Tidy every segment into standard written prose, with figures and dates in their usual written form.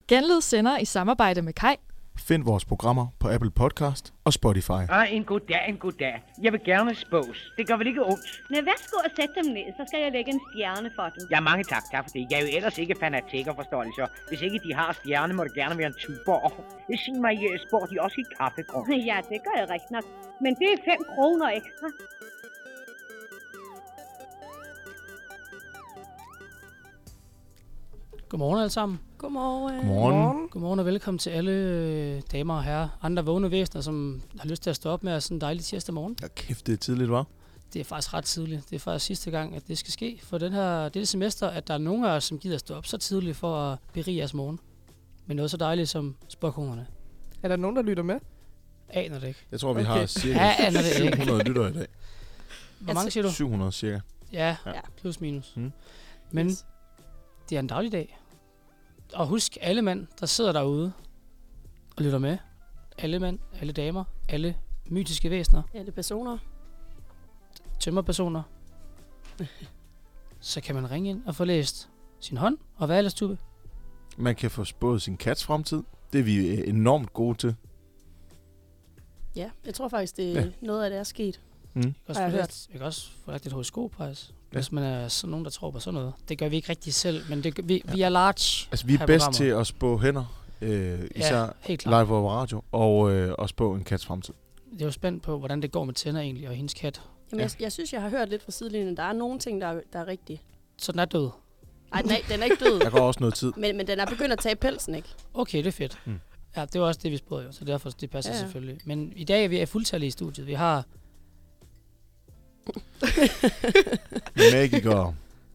Genlyd sender i samarbejde med Kai. Find vores programmer på Apple Podcast og Spotify. En god dag. Jeg vil gerne spås. Det gør vel ikke ondt? Nej, værsgo og sæt dem ned, så skal jeg lægge en stjerne for dem. Ja, mange tak for det. Jeg er jo ellers ikke fanatiker, forstår de så. Hvis ikke de har stjerne, må det gerne være en tuborg. Sig mig, spår de også i kaffegrund? Ja, det gør jeg rigtig nok. Men det er 5 kroner ekstra. Godmorgen alle sammen. Godmorgen og velkommen til alle damer og herrer, andre vågne væsener, som har lyst til at stå op med os sådan en dejlig tirsdag morgen. Ja, kæft, det er tidligt, hva'? Det er faktisk ret tidligt. Det er faktisk sidste gang, at det skal ske for dette semester, at der er nogen af os, som gider stå op så tidligt for at berige jeres morgen. Men noget så dejligt som spåkongerne. Er der nogen, der lytter med? Aner det ikke. Jeg tror, vi har cirka 700 lyttere i dag. Hvor mange siger du? 700 cirka. Ja, plus minus. Men det er en daglig dag. Og husk, alle mænd, der sidder derude og lytter med. Alle mænd, alle damer, alle mytiske væsener. Alle personer. Tømmerpersoner. Så kan man ringe ind og få læst sin hånd og hvad ellers tube. Man kan få spået sin kats fremtid. Det er vi enormt gode til. Ja, jeg tror faktisk, det noget af det er sket. Jeg kan også få lagt et horoskop, faktisk. Hvis man er sådan nogen, der tror på sådan noget. Det gør vi ikke rigtig selv, men vi er large. Altså, vi er bedst til at spå hænder, især live over radio, og spå en kats fremtid. Jeg er jo spændt på, hvordan det går med Tænder egentlig, og hendes kat. Jamen, jeg synes, jeg har hørt lidt fra sidelinjen. Der er nogle ting, der er rigtige. Så den er død? Nej, den er ikke død. Der går også noget tid. Men den er begyndt at tage pelsen, ikke? Okay, det er fedt. Ja, det var også det, vi spurgte jo, så derfor det passer selvfølgelig. Men i dag er vi fuldtallige i studiet. Vi har Magiker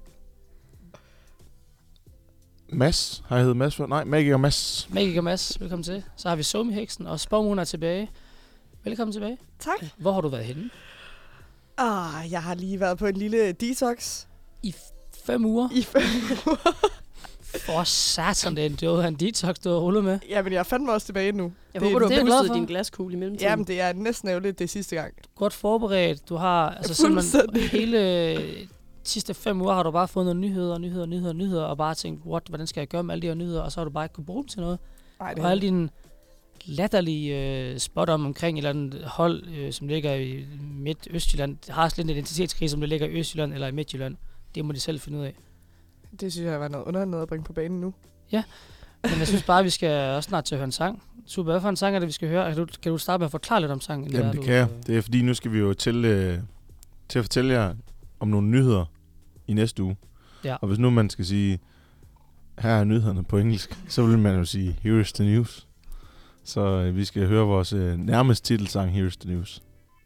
Mads. Har jeg heddet Mads før? Nej, Magiker Mads. Magiker Mads, velkommen til. Så har vi Somi-heksen, og Spåmoen er tilbage. Velkommen tilbage. Tak. Hvor har du været henne? Jeg har lige været på en lille detox. I 5 uger? I 5 uger. For satan, det var en detox, du har rullet med. Jamen, jeg fandt mig også tilbage nu. Jeg håber, du har pustet din glaskugle i mellemtiden. Jamen, det er næsten ærgerligt, det sidste gang. Godt forberedt. Du har altså simpelthen hele sidste 5 uger har du bare fået nogle nyheder, og bare tænkt, hvordan skal jeg gøre med alle de her nyheder? Og så har du bare ikke kunne bruge dem til noget. Ej, og alle dine latterlige spot omkring et eller andet hold, som ligger i Midt-Østjylland, har slet en identitetskrise, som det ligger i Østjylland eller i Midtjylland. Det må de selv finde ud af. Det synes jeg var noget underligt at bringe på banen nu. Ja, men jeg synes bare, vi skal også snart til at høre en sang. Super, hvad for en sang er det, vi skal høre? Kan du starte med at forklare lidt om sangen? Jamen, det kan jeg. Det er fordi, nu skal vi jo til at fortælle jer om nogle nyheder i næste uge. Ja. Og hvis nu man skal sige, her er nyhederne på engelsk, så vil man jo sige, here's the news. Så vi skal høre vores nærmest titelsang, Here's the News.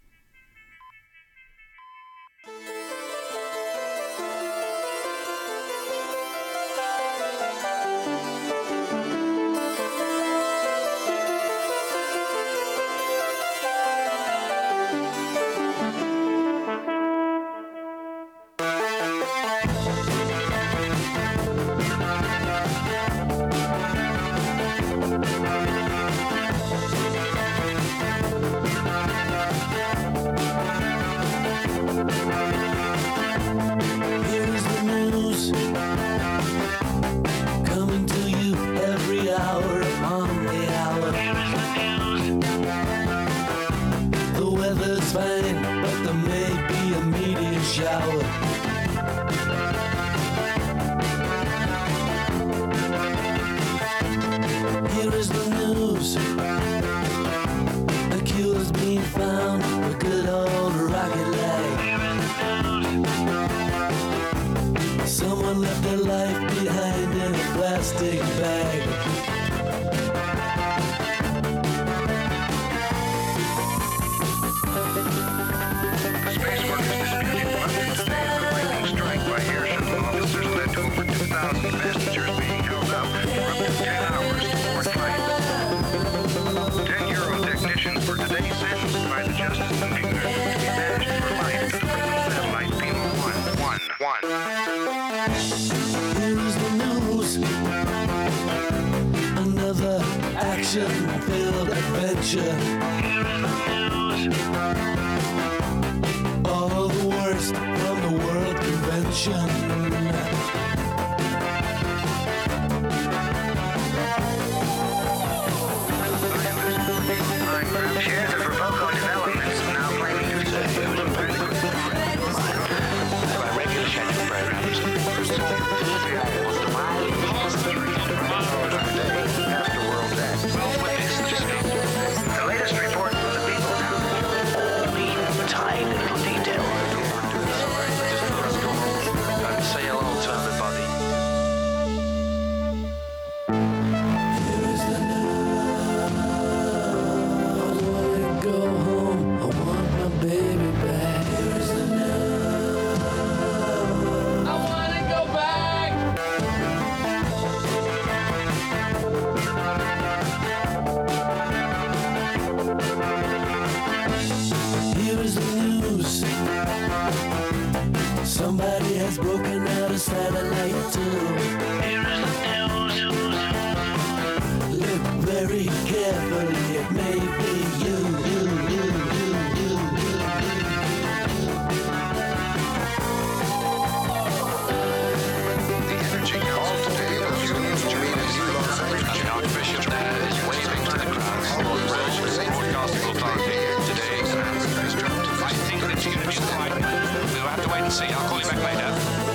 action-filled adventure. All the worst from the World Convention. shares of Roboco developments now claiming to say it was impacted by regular scheduled programs. Was divided after World's End. The latest report from the people now. Only tiny little detail. Say hello to everybody. Somebody has broken out a satellite too. Here is the news. Look very carefully, it may be you. The energy call today of Union Jamaica's Los Angeles Archbishop is waving to the crowds. Broadcasting authority today. I think that you can just right. We'll have to wait and see. I'll call you back later.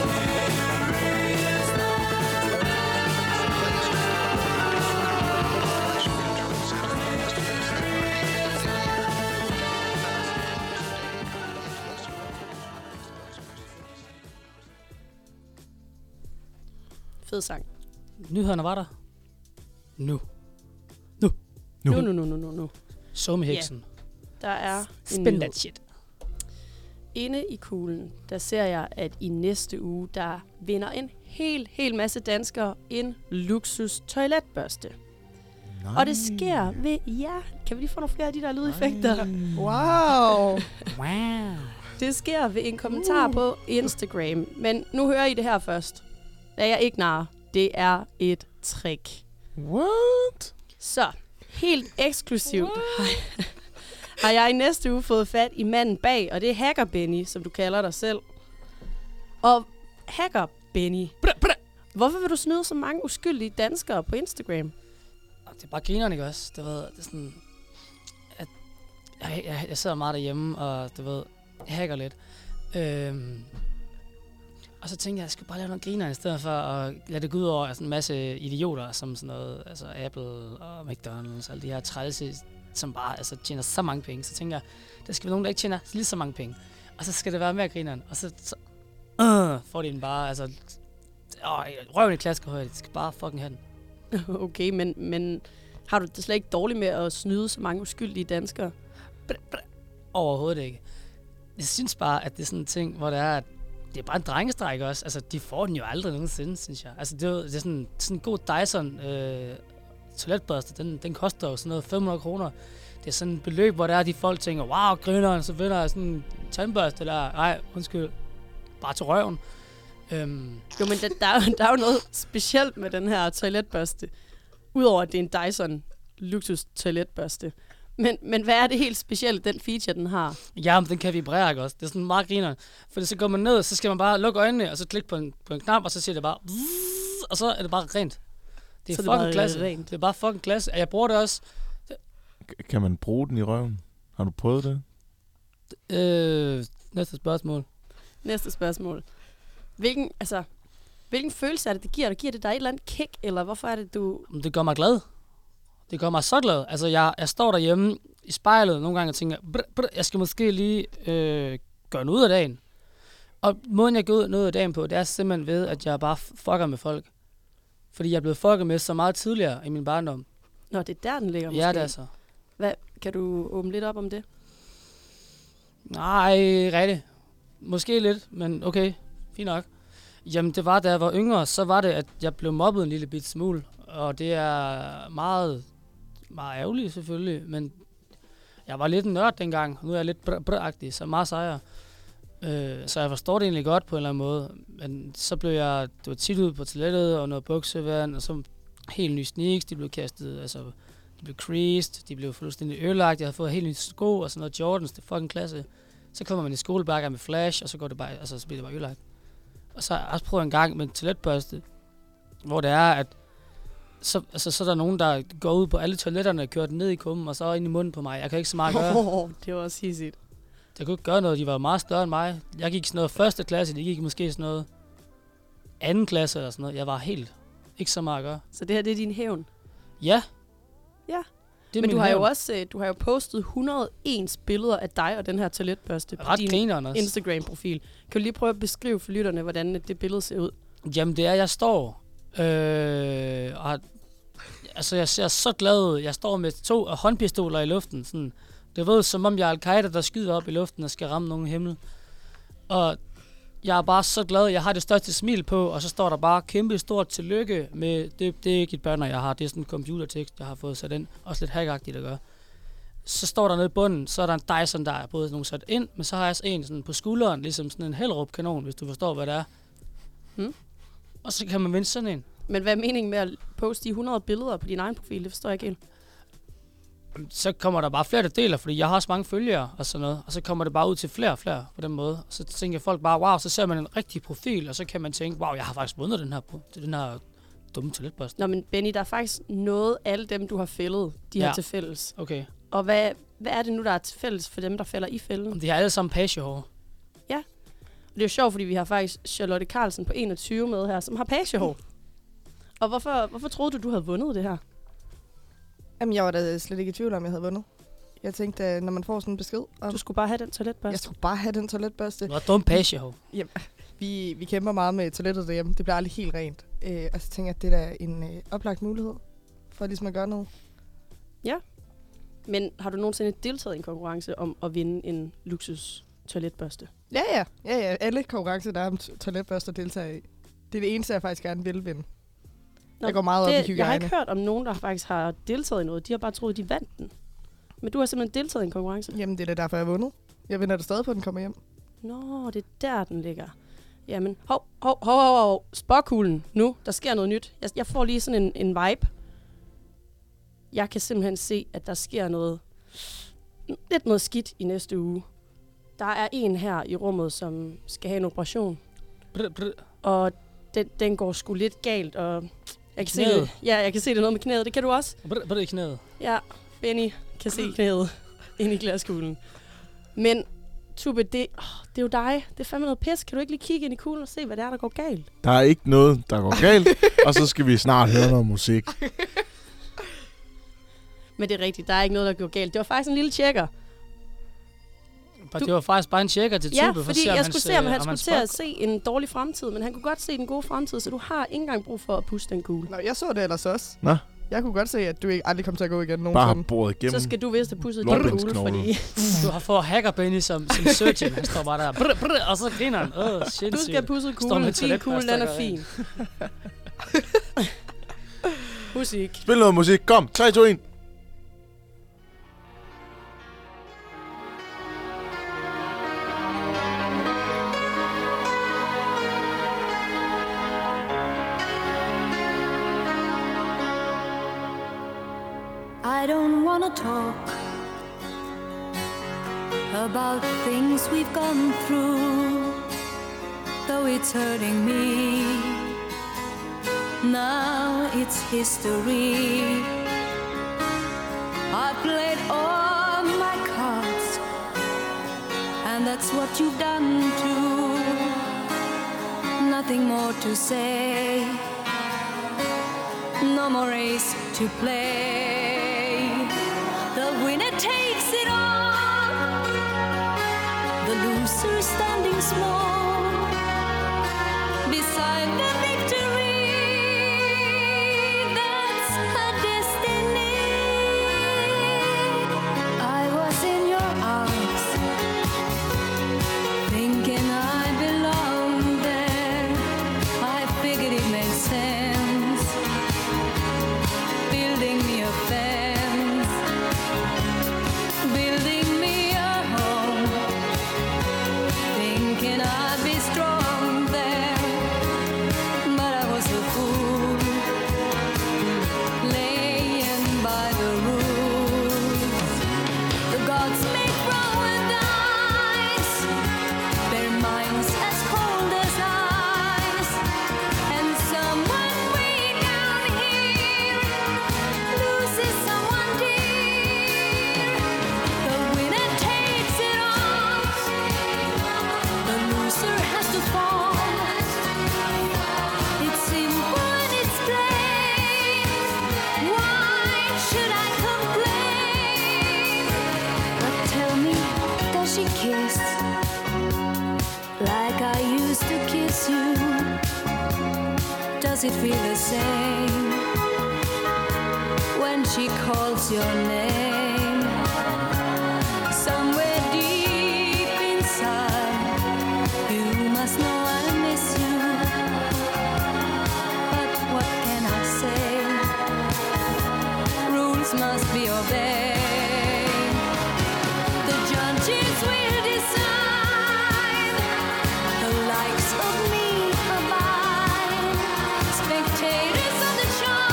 Fed sang. Nyhederne var der. Nu. Nu. Så med heksen. Der er en Spend nyhed. that shit. Inde i kuglen, der ser jeg, at i næste uge, der vinder en hel masse danskere en luksus toiletbørste. Nej. Og det sker ved, kan vi lige få nogle flere af de der lydeffekter? Wow. Wow. Det sker ved en kommentar på Instagram, men nu hører I det her først. Da jeg ikke narrer, det er et trick. What? Så, helt eksklusivt har jeg i næste uge fået fat i manden bag, og det er Hacker Benny, som du kalder dig selv. Og Hacker Benny, hvorfor vil du snyde så mange uskyldige danskere på Instagram? Det er bare grinerne, ikke også? Det er sådan, at jeg sidder meget derhjemme, og du ved, jeg hacker lidt. Og så tænkte jeg skal bare lave noget griner i stedet for at lade det gå ud over sådan en masse idioter, som sådan noget, altså Apple og McDonald's, alle de her trælse, som bare altså, tjener så mange penge. Så tænker jeg, der skal være nogen, der ikke tjener lige så mange penge. Og så skal det være mere grineren. Og så får de den bare, altså, røven i klaskehøjde, de skal bare fucking have den. Okay, men har du det slet ikke dårligt med at snyde så mange uskyldige danskere? Overhovedet ikke. Jeg synes bare, at det er sådan en ting, hvor det er, at det er bare en drengestræk også. Altså, de får den jo aldrig nogensinde, synes jeg. Altså, det er sådan en god Dyson toiletbørste. Den koster jo sådan noget 500 kroner. Det er sådan et beløb, hvor der er de folk tænker, wow, grineren, så vinder jeg sådan en tandbørste der. Nej, undskyld. Bare til røven. Jo, men der er jo noget specielt med den her toiletbørste. Udover at det er en Dyson luksus toiletbørste. Men hvad er det helt specielle, den feature, den har? Jamen, den kan vibrere, ikke også? Det er sådan meget griner. For så går man ned, så skal man bare lukke øjnene, og så klikke på en knap, og så siger det bare... Og så er det bare rent. Det er fucking klasse. Det er bare fucking klasse. Jeg bruger det også. Kan man bruge den i røven? Har du prøvet det? Næste spørgsmål. Hvilken følelse er det giver? Giver det dig et eller andet kick, eller hvorfor er det, du... Det gør mig glad. Det gør mig så glad. Altså, jeg står derhjemme i spejlet nogle gange og tænker, jeg skal måske lige gøre noget ud af dagen. Og måden, jeg går noget af dagen på, det er simpelthen ved, at jeg bare fucker med folk. Fordi jeg er blevet fucket med så meget tidligere i min barndom. Nå, det er der, den ligger måske. Ja, det er så. Kan du åbne lidt op om det? Nej, rigtigt. Måske lidt, men okay. Fint nok. Jamen, det var, da jeg var yngre, så var det, at jeg blev mobbet en lille bit smule. Og det er meget, meget ærgerligt selvfølgelig, men jeg var lidt en nørd dengang. Nu er jeg lidt agtig, så meget sejere. Så jeg forstår det egentlig godt på en eller anden måde. Men så blev jeg tit ud på toilettet og noget buksevand, og så helt nye sneaks, de blev kastet, altså de blev creased, de blev fuldstændig ødelagt. Jeg havde fået helt nye sko og sådan noget Jordans, det er fucking klasse. Så kommer man i skolebakker med flash, og så går det bare, altså så bliver det bare ødelagt. Og så har jeg også prøvet en gang med en toiletbørste, hvor det er, at så er der nogen, der går ud på alle toiletterne og kører den ned i kummen, og så ind i munden på mig. Jeg kan ikke så meget gøre. Det var også hissigt. Jeg kunne ikke gøre noget. De var meget større end mig. Jeg gik sådan noget første klasse, de gik måske sådan noget anden klasse eller sådan noget. Jeg var helt ikke så meget at gøre. Så det her, det er din hævn? Ja. Ja. Det men du har jo også du har jo postet 101 billeder af dig og den her toiletbørste på din Instagram-profil. Kan du lige prøve at beskrive for lytterne, hvordan det billede ser ud? Jamen, det er, jeg står og altså, jeg ser så glad ud. Jeg står med 2 håndpistoler i luften. Sådan. Det ved som om jeg er Al-Qaida, der skyder op i luften og skal ramme nogen himmel. Og jeg er bare så glad. Jeg har det største smil på, og så står der bare kæmpe stort tillykke med, det er ikke et banner, jeg har. Det er sådan en computertekst, jeg har fået sat ind. Også lidt hackagtigt at gøre. Så står der nede i bunden, så er der en Dyson, der er både nogle sat ind, men så har jeg også en sådan på skulderen, ligesom sådan en Hellerup-kanon, hvis du forstår, hvad det er. Og så kan man vinde sådan en. Men hvad er meningen med at poste de 100 billeder på din egen profil? Det forstår jeg ikke helt. Så kommer der bare flere, der deler, fordi jeg har også mange følgere og sådan noget. Og så kommer det bare ud til flere og flere på den måde. Og så tænker folk bare, wow, så ser man en rigtig profil, og så kan man tænke, wow, jeg har faktisk vundet den her dumme toiletbørste. Nå, men Benny, der er faktisk noget, alle dem, du har fældet, de har til fælles. Okay. Og hvad er det nu, der er til fælles for dem, der falder i fælden? De har alle sammen pagehår. Ja. Og det er jo sjovt, fordi vi har faktisk Charlotte Carlsen på 21 med her, som har pagehår. Og hvorfor troede du havde vundet det her? Jamen, jeg var da slet ikke i tvivl om, jeg havde vundet. Jeg tænkte, når man får sådan en besked om... Du skulle bare have den toiletbørste. Jeg skulle bare have den toiletbørste. Du har dumt pagehår. Jamen, vi kæmper meget med toilettet derhjemme. Det bliver aldrig helt rent. Og så tænker jeg, at det er en oplagt mulighed for ligesom at gøre noget. Ja. Men har du nogensinde deltaget i en konkurrence om at vinde en luksus toiletbørste? Ja. Alle konkurrencer, der er om toiletbørster, deltager i. Det er det eneste, jeg faktisk gerne vil vinde. Nå, jeg går meget op i hygiejne. Jeg har ikke hørt om nogen, der faktisk har deltaget i noget. De har bare troet, de vandt den. Men du har simpelthen deltaget i en konkurrence? Jamen, det er da derfor, jeg har vundet. Jeg vinder det stadig på, at den kommer hjem. Nå, det er der, den ligger. Jamen, hov. Spåkuglen nu. Der sker noget nyt. Jeg får lige sådan en vibe. Jeg kan simpelthen se, at der sker noget skidt i næste uge. Der er en her i rummet, som skal have en operation. Og den går sgu lidt galt, og jeg kan se det. Ja, jeg kan se det noget med knæet. Det kan du også. I knæet. Ja, Benny kan se knæet ind i glaskuglen. Men Tube, det er jo dig. Det er fandme noget pis. Kan du ikke lige kigge ind i kuglen og se, hvad det er, der går galt? Der er ikke noget, der går galt, og så skal vi snart høre noget musik. Men det er rigtigt, der er ikke noget, der går galt. Det var faktisk en lille tjekker. Det var faktisk bare en tjekker til Tube. Ja, fordi jeg skulle se, om han skulle til at se en dårlig fremtid, men han kunne godt se den gode fremtid, så du har ikke engang brug for at puste den kugle. Nå, jeg så det ellers også. Nå? Jeg kunne godt se, at du ikke aldrig kommer til at gå igen nogensinde. Bare har boret igennem. Så skal du vist have pusset din kugle, fordi... Du har fået hacker Benny som surgeon. Han står bare der, og så griner han. Sindssygt. Du skal have pusset kuglen. Din kugle, den er fin. Musik. Spil noget musik. Kom, 3, 2, 1. I don't wanna talk about things we've gone through, though it's hurting me. Now it's history. I played all my cards, and that's what you've done too. Nothing more to say, no more race to play. The winner takes it all, the loser standing small beside the victory. That's her destiny. I was in your arms, thinking I belonged there. I figured it made sense, building me a fence, building me a home, thinking I miss you. Does it feel the same when she calls your name? Somewhere deep inside, you must know I miss you. But what can I say? Rules must be obeyed. The judges will decide. The likes of me abide. Spectators of the show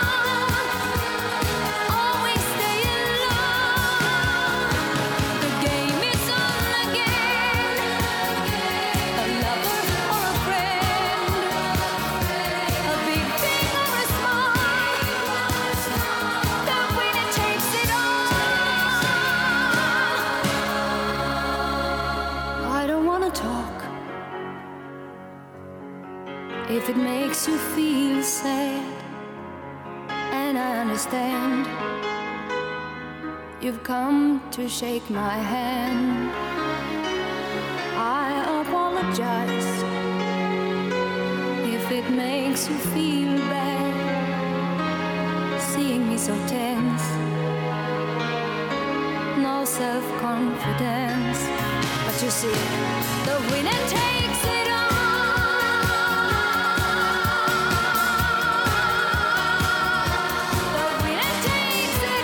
always stay in love. The game is on again. A lover or a friend, a big thing or a small, the winner takes it all. I don't wanna talk if it makes you feel sad, and I understand. You've come to shake my hand. I apologize if it makes you feel bad, seeing me so tense, no self-confidence. But you see, the winner takes it all. The winner takes it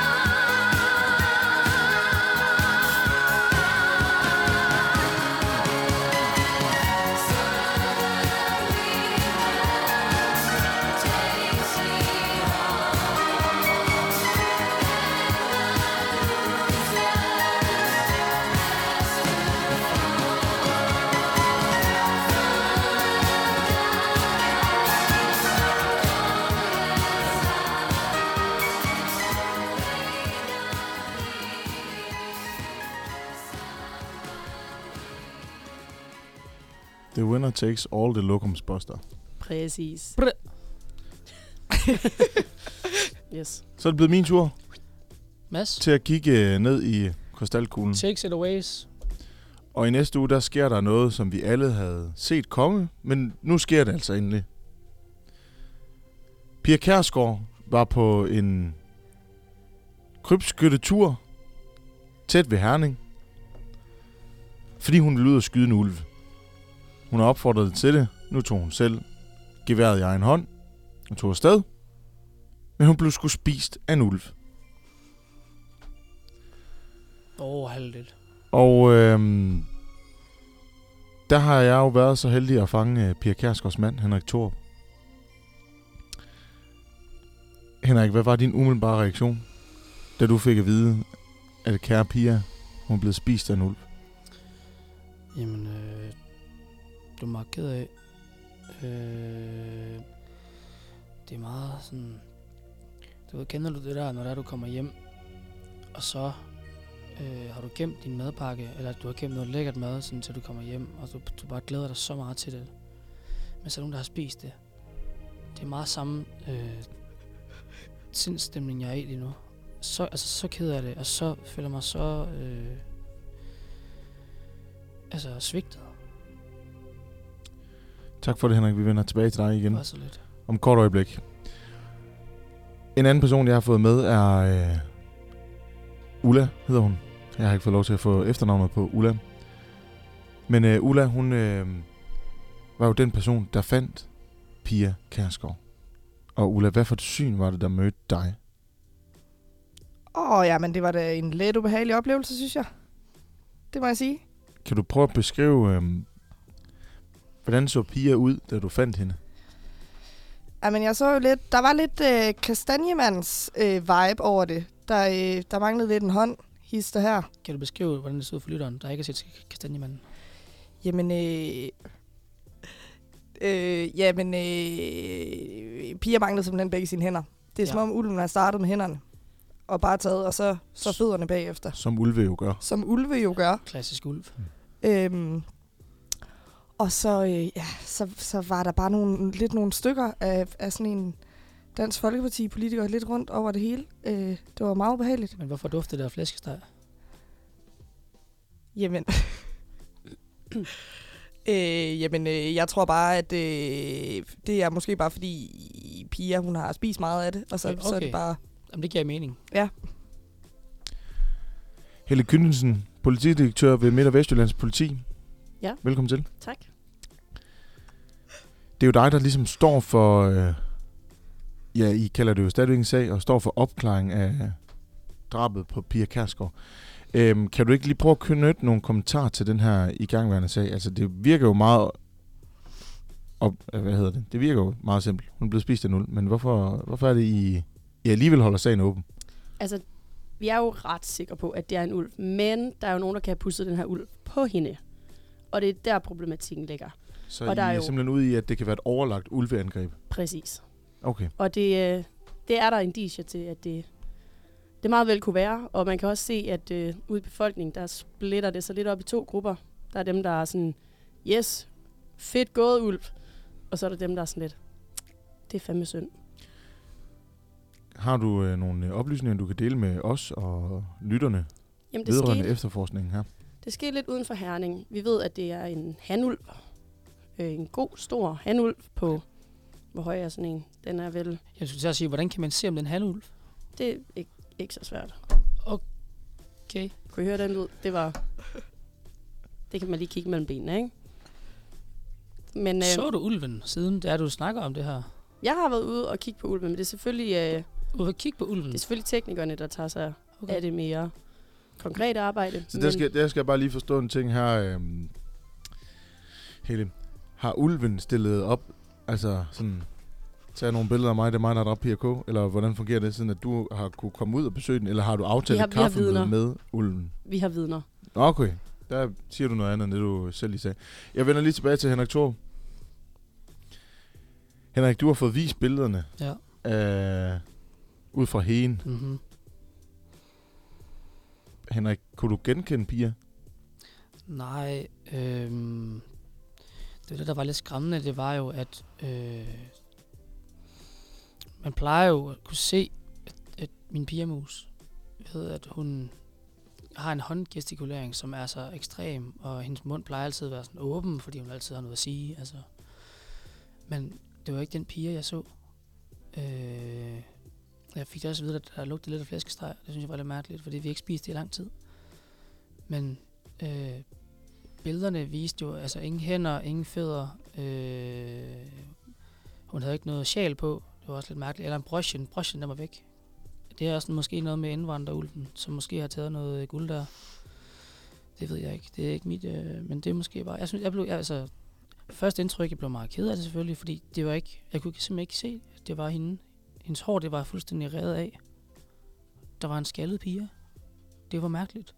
The winner takes all the lokumsbuster. Præcis. Yes. Så er det blevet min tur Mads, til at kigge ned i krystalkuglen. takes it away. Og i næste uge, der sker der noget, som vi alle havde set komme, men nu sker det altså endelig. Pia Kjærsgaard var på en krybskyttetur tæt ved Herning, fordi hun ville ud og skyde en ulv. Hun har opfordret til det. Nu tog hun selv geværet i egen hånd og tog afsted, men hun blev sgu spist af en ulv. Heldigt. Og der har jeg jo været så heldig at fange Pia Kjærsgaards mand, Henrik Thorup. Henrik, hvad var din umiddelbare reaktion, da du fik at vide, at kære Pia, hun blev spist af en ulv? Jamen, du er meget ked af. Det er meget sådan... Du ved, kender du det der, når der du kommer hjem, og så har du gemt din madpakke, eller du har gemt noget lækkert mad, sådan, til du kommer hjem, og du bare glæder dig så meget til det. Men så er nogen, der har spist det. Det er meget samme sindsstemning, jeg er i lige nu. Så ked af det, og så føler mig så svigtet. Tak for det, Henrik. Vi vender tilbage til dig igen. Det var så lidt. Om kort øjeblik. En anden person, jeg har fået med, er Ulla, hedder hun. Jeg har ikke fået lov til at få efternavnet på Ulla. Men Ulla, hun var jo den person, der fandt Pia Kjærsgaard. Og Ulla, hvad for et syn var det, der mødte dig? Jamen det var da en let ubehagelig oplevelse, synes jeg. Det må jeg sige. Kan du prøve at beskrive, hvordan så Pia ud, da du fandt hende? Jamen jeg så jo lidt, der var lidt kastanjemands vibe over det. Der manglede lidt en hånd, hister her. Kan du beskrive, hvordan det så ud for lytteren, der ikke har set kastanjemanden? Jamen, Pia manglede simpelthen begge sine hænder. Det er som om ulven har startet med hænderne, og bare taget, og så fødderne bagefter. Som ulve jo gør. Som ulve jo gør. Klassisk ulv. Og så var der bare nogle stykker af sådan en Dansk Folkeparti-politiker lidt rundt over det hele. Det var meget ubehageligt. Men hvorfor duftede der flæskesteg? Jamen, Jeg tror bare, at det er måske bare fordi Pia, hun har spist meget af det, og så er det bare... Jamen, det giver mening. Ja. Helle Kyndelsen, politidirektør ved Midt- og Vestjyllands Politi. Ja. Velkommen til. Tak. Det er jo dig, der ligesom står for... I kalder det jo stadigvæk en sag, og står for opklaring af drabet på Pia Kjærsgaard. Kan du ikke lige prøve at knytte nogle kommentarer til den her igangværende sag? Altså, det virker jo meget... Det virker jo meget simpelt. Hun er blevet spist af 0, men hvorfor er det, I alligevel holder sagen åben? Altså, vi er jo ret sikre på, at det er en ulv, men der er jo nogen, der kan have pusset den her ulv på hende. Og det er der problematikken ligger. Så og I er simpelthen ude i, at det kan være et overlagt ulveangreb? Præcis. Okay. Og det er der indicier til, at det meget vel kunne være. Og man kan også se, at ude i befolkningen, der splitter det så lidt op i 2 grupper. Der er dem, der er sådan, yes, fedt gået ulv. Og så er der dem, der er sådan lidt, det er fandme synd. Har du nogle oplysninger, du kan dele med os og lytterne vedrørende efterforskningen her? Det skete lidt uden for Herning. Vi ved, at det er en hanulv. En god, stor hanulv på... Hvor høj er sådan en? Den er vel... Jeg skulle til at sige, hvordan kan man se, om den er hanulv? Det er ikke så svært. Okay. Kunne I høre den lyd? Det kan man lige kigge mellem benene, ikke? Men, så du ulven siden, da du snakker om det her? Jeg har været ude og kigge på ulven, men det er selvfølgelig... ude og kigge på ulven? Det er selvfølgelig teknikerne, der tager sig af det mere konkrete arbejde. Så der skal jeg bare lige forstå en ting her. Helle, har ulven stillet op, altså sådan, tager nogle billeder af mig, det er mig, der har dræbt PRK, eller hvordan fungerer det, sådan at du har kunne komme ud og besøge den, eller har du aftalt kaffemøde med ulven? Vi har vidner. Okay, der siger du noget andet, end det du selv lige sagde. Jeg vender lige tilbage til Henrik Thorup. Henrik, du har fået vist billederne ud fra Heen. Mm-hmm. Henrik, kunne du genkende Pia? Nej, det der var lidt skræmmende, det var jo, at man plejer jo at kunne se, at min pigemus ved, at hun har en håndgestikulering, som er så ekstrem, og hendes mund plejer altid at være sådan åben, fordi hun altid har noget at sige. Altså. Men det var ikke den pige, jeg så. Jeg fik da også at vide, at der lugtede lidt af flæskesteg. Det synes jeg var lidt mærkeligt, fordi vi ikke spiste det i lang tid. Men billederne viste jo altså ingen hænder, ingen fødder. Hun havde ikke noget sjal på. Det var også lidt mærkeligt. Eller en brochen. Brochen, der var væk. Det er også måske noget med indvandrerulven, som måske har taget noget guld der. Det ved jeg ikke. Det er ikke mit... men det er måske bare... Jeg synes, første indtryk, jeg blev meget ked af det selvfølgelig, fordi det var ikke... Jeg kunne simpelthen ikke se, at det var hende. Hendes hår, det var fuldstændig revet af. Der var en skaldet pige. Det var mærkeligt.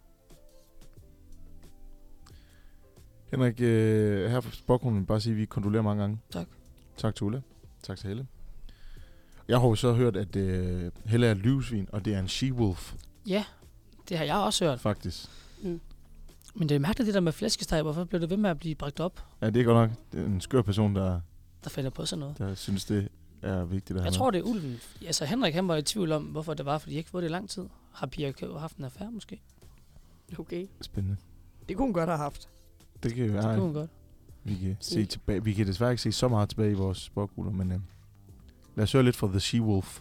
Henrik, her på Spokhunden bare sige, at vi kondolerer mange gange. Tak. Tak til Ulla. Tak til Helle. Jeg har jo så hørt, at Helle er et lyvesvin, og det er en she-wolf. Ja, det har jeg også hørt. Faktisk. Mm. Men det er mærkeligt, det der med flæskesteg. Hvorfor blev det ved med at blive bragt op? Ja, det er godt nok. Det er en skør person, der finder på sådan noget. Der synes, det er vigtigt. Jeg tror, det er ulven. Altså, Henrik, han var i tvivl om, hvorfor det var, fordi jeg ikke fået det i lang tid. Har Pia haft en affære, måske? Okay. Spændende. Det kunne hun godt have haft. Det kan være. Det kunne hun godt. Vi kan se tilbage. Vi kan desværre ikke se så meget tilbage i vores spokhuler, men lad os høre lidt fra The She-Wolf.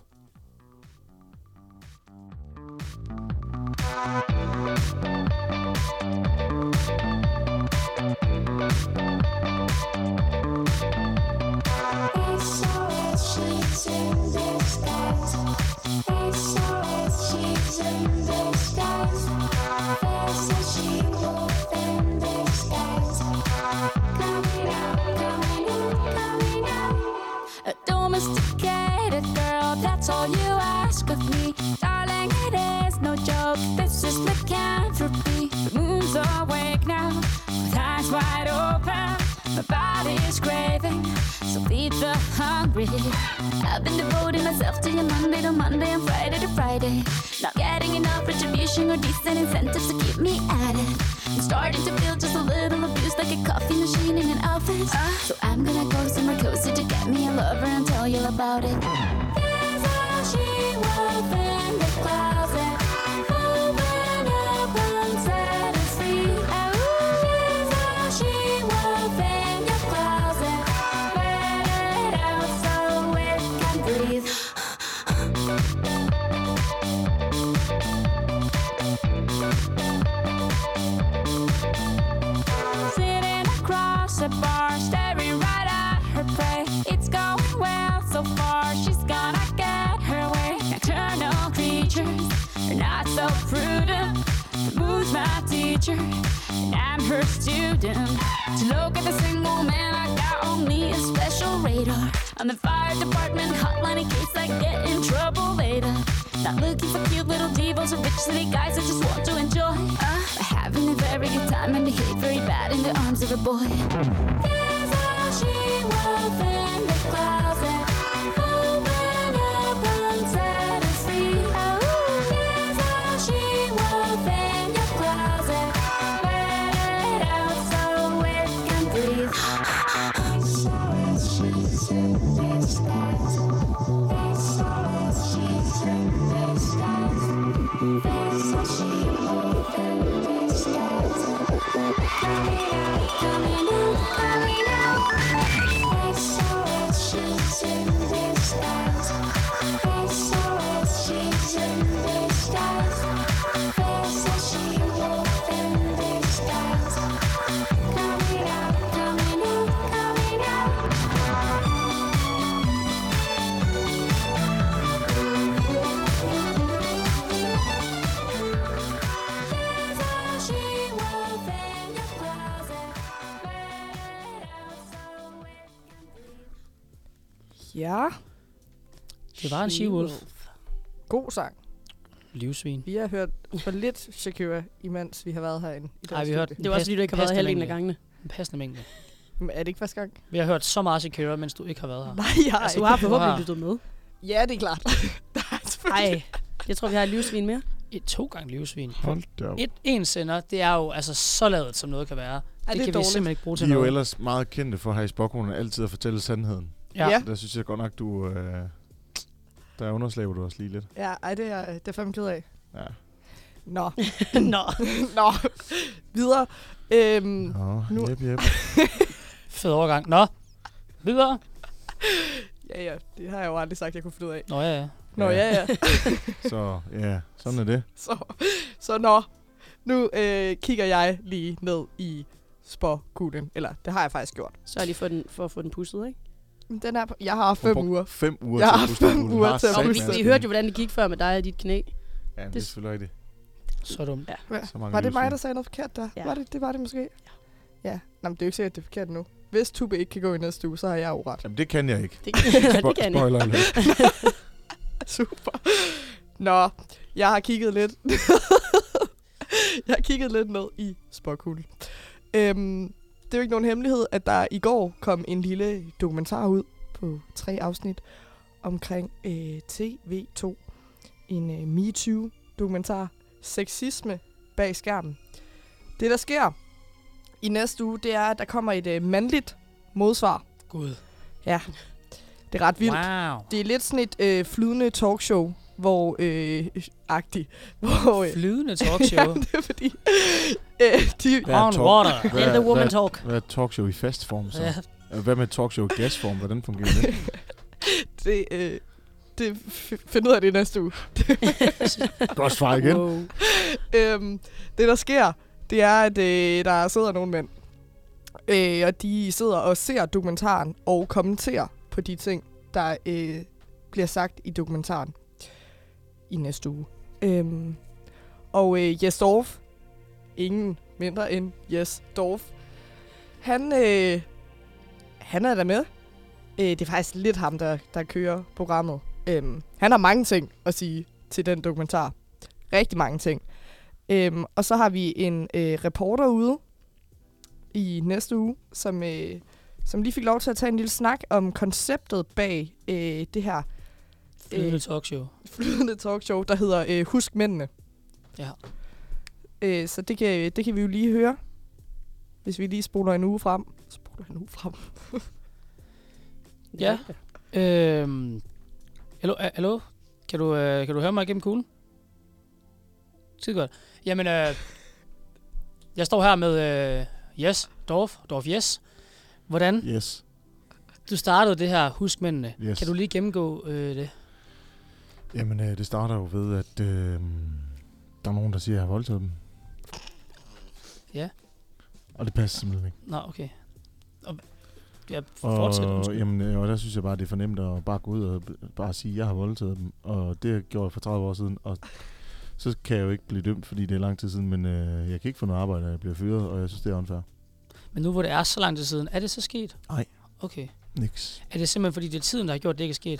Domesticated girl, that's all you ask of me. Darling, it is no joke, this is lycanthropy. The moon's awake now, with eyes wide open. My body's craving, so feed the hungry. I've been devoting myself to you Monday to Monday and Friday to Friday. Not getting enough retribution or decent incentives to keep me at it. I'm starting to feel just a little abused, like a coffee machine in an office. So I'm gonna go somewhere cozy to get me a lover and tell you about it. There's a she-wolf in the closet. Open up and set us free. There's a she-wolf. gossip bar, staring right at her prey. It's going well so far, she's gonna get her way. Nocturnal creatures are not so prudent. The moon's my teacher, and I'm her student. To look at the single man, I got on me a special radar. I'm the fire department hotline in case I get in trouble later. Not looking for cute little divas or rich city guys that just want to enjoy. Having a very good time and behave very bad in the arms of a boy. There's a she-wolf in the closet. Open up and set us free. There's a she-wolf in your closet. Let it out so it can breathe. So she's in disguise. So she's in disguise. There's a she-wolf in disguise. Coming out, coming out, coming out. SOS, she's in disguise. SOS, she's in disguise. There's a she-wolf in disguise. Coming out, coming out, coming out. There's a she-wolf in your closet. Let it out so it can breathe. Ja. Det var en she-wolf. God sang. Livsvin. Vi har hørt for lidt Shakira, imens vi har været herinde. Nej, vi har hørt Det var også fordi, du ikke har været halvdelen af gangene. En passende mængde. Men er det ikke første gang? Vi har hørt så meget Shakira, mens du ikke har været her. Nej, jeg har Altså, du ikke. har forhåbentlig lyttet med. Ja, det er klart. Der er selvfølgelig- Ej, jeg tror, vi har et livsvin mere. 2 gange livsvin. Hold da op. En sender, det er jo altså så lavet, som noget kan være. Ej, Det det er kan vi dårligt. simpelthen ikke bruge til De er jo noget. ellers meget kendte for her i Spokkonen altid at fortælle sandheden. Ja. Der synes jeg godt nok, du... der underslæber du også lige lidt. Ja, ej, det er fandme ked af. Ja. Nå. Nå. Nå. Videre. Nå, Nu- jep. Fed overgang. Nå, videre. Ja, det har jeg jo aldrig sagt, jeg kunne finde ud af. Nå ja. Nå, ja. Så ja, sådan er det. Så nå. Nu kigger jeg lige ned i sporkuglen. Eller, det har jeg faktisk gjort. Så er lige for at få den pusset, ikke? Den er jeg har 5 uger. 5 uger Jeg til har at puste 5 kuglen. uger Har til at sagt, puste. mand. Vi hørte jo, hvordan det gik før med dig og dit knæ. Ja, det er selvfølgelig rigtigt. Så dumt. Ja. Så mange Var det mig, livsvin. der sagde noget forkert der? Ja. Var det? Det var det måske? Ja. Nå, men det er jo ikke sikkert, at det er forkert nu. Hvis Tube ikke kan gå i næste uge, så har jeg jo ret. Jamen, det kan jeg ikke. Det kan jeg. Spoiler alert. Super. Nå, jeg har kigget lidt. Jeg har kigget lidt ned i sporkuglen. Det er jo ikke nogen hemmelighed, at der i går kom en lille dokumentar ud på 3 afsnit omkring TV2. En MeToo-dokumentar. Sexisme bag skærmen. Det, der sker i næste uge, det er, at der kommer et mandligt modsvar. Gud. Ja, det er ret vildt. Wow. Det er lidt sådan et flydende talkshow, hvor hvor Flydende talkshow. det er fordi de Hvad er On talk- water. Hvad er- Let the woman hvad- talk. Hvad er talkshow i fast form så? Ja. Hvad med talkshow i gasform? Hvordan fungerer det? det finder ud af det næste uge. Godt svar igen. Wow. Det der sker, det er at der sidder nogle mænd, og de sidder og ser dokumentaren og kommenterer på de ting, der bliver sagt i dokumentaren i næste uge. Og Jes Dorf, ingen mindre end Jes Dorf, han er der med. Det er faktisk lidt ham, der kører programmet. Han har mange ting at sige til den dokumentar. Rigtig mange ting. Og så har vi en reporter ude i næste uge, som lige fik lov til at tage en lille snak om konceptet bag det her Flydende talkshow. flydende talkshow, der hedder Husk Mændene. Ja. Så det kan vi jo lige høre, hvis vi lige spoler en uge frem. Ja. Hallo? Kan du høre mig igennem kuglen? Skide godt. Jamen, jeg står her med Jes Dorf Jes. Hvordan? Yes. Du startede det her Husk Mændene. Yes. Kan du lige gennemgå det? Jamen, det starter jo ved, at der er nogen, der siger, at jeg har voldtaget dem. Ja. Og det passer simpelthen ikke. Nå, okay. Ja, fortsæt. Og der synes jeg bare, det er for nemt at bare gå ud og bare sige, at jeg har voldtaget dem. Og det gjorde jeg for 30 år siden. Og så kan jeg jo ikke blive dømt, fordi det er lang tid siden. Men jeg kan ikke få noget arbejde, når jeg bliver fyret, og jeg synes, det er unfair. Men nu hvor det er så lang tid siden, er det så sket? Nej. Okay. Niks. Er det simpelthen fordi, det er tiden, der har gjort, at det ikke er sket?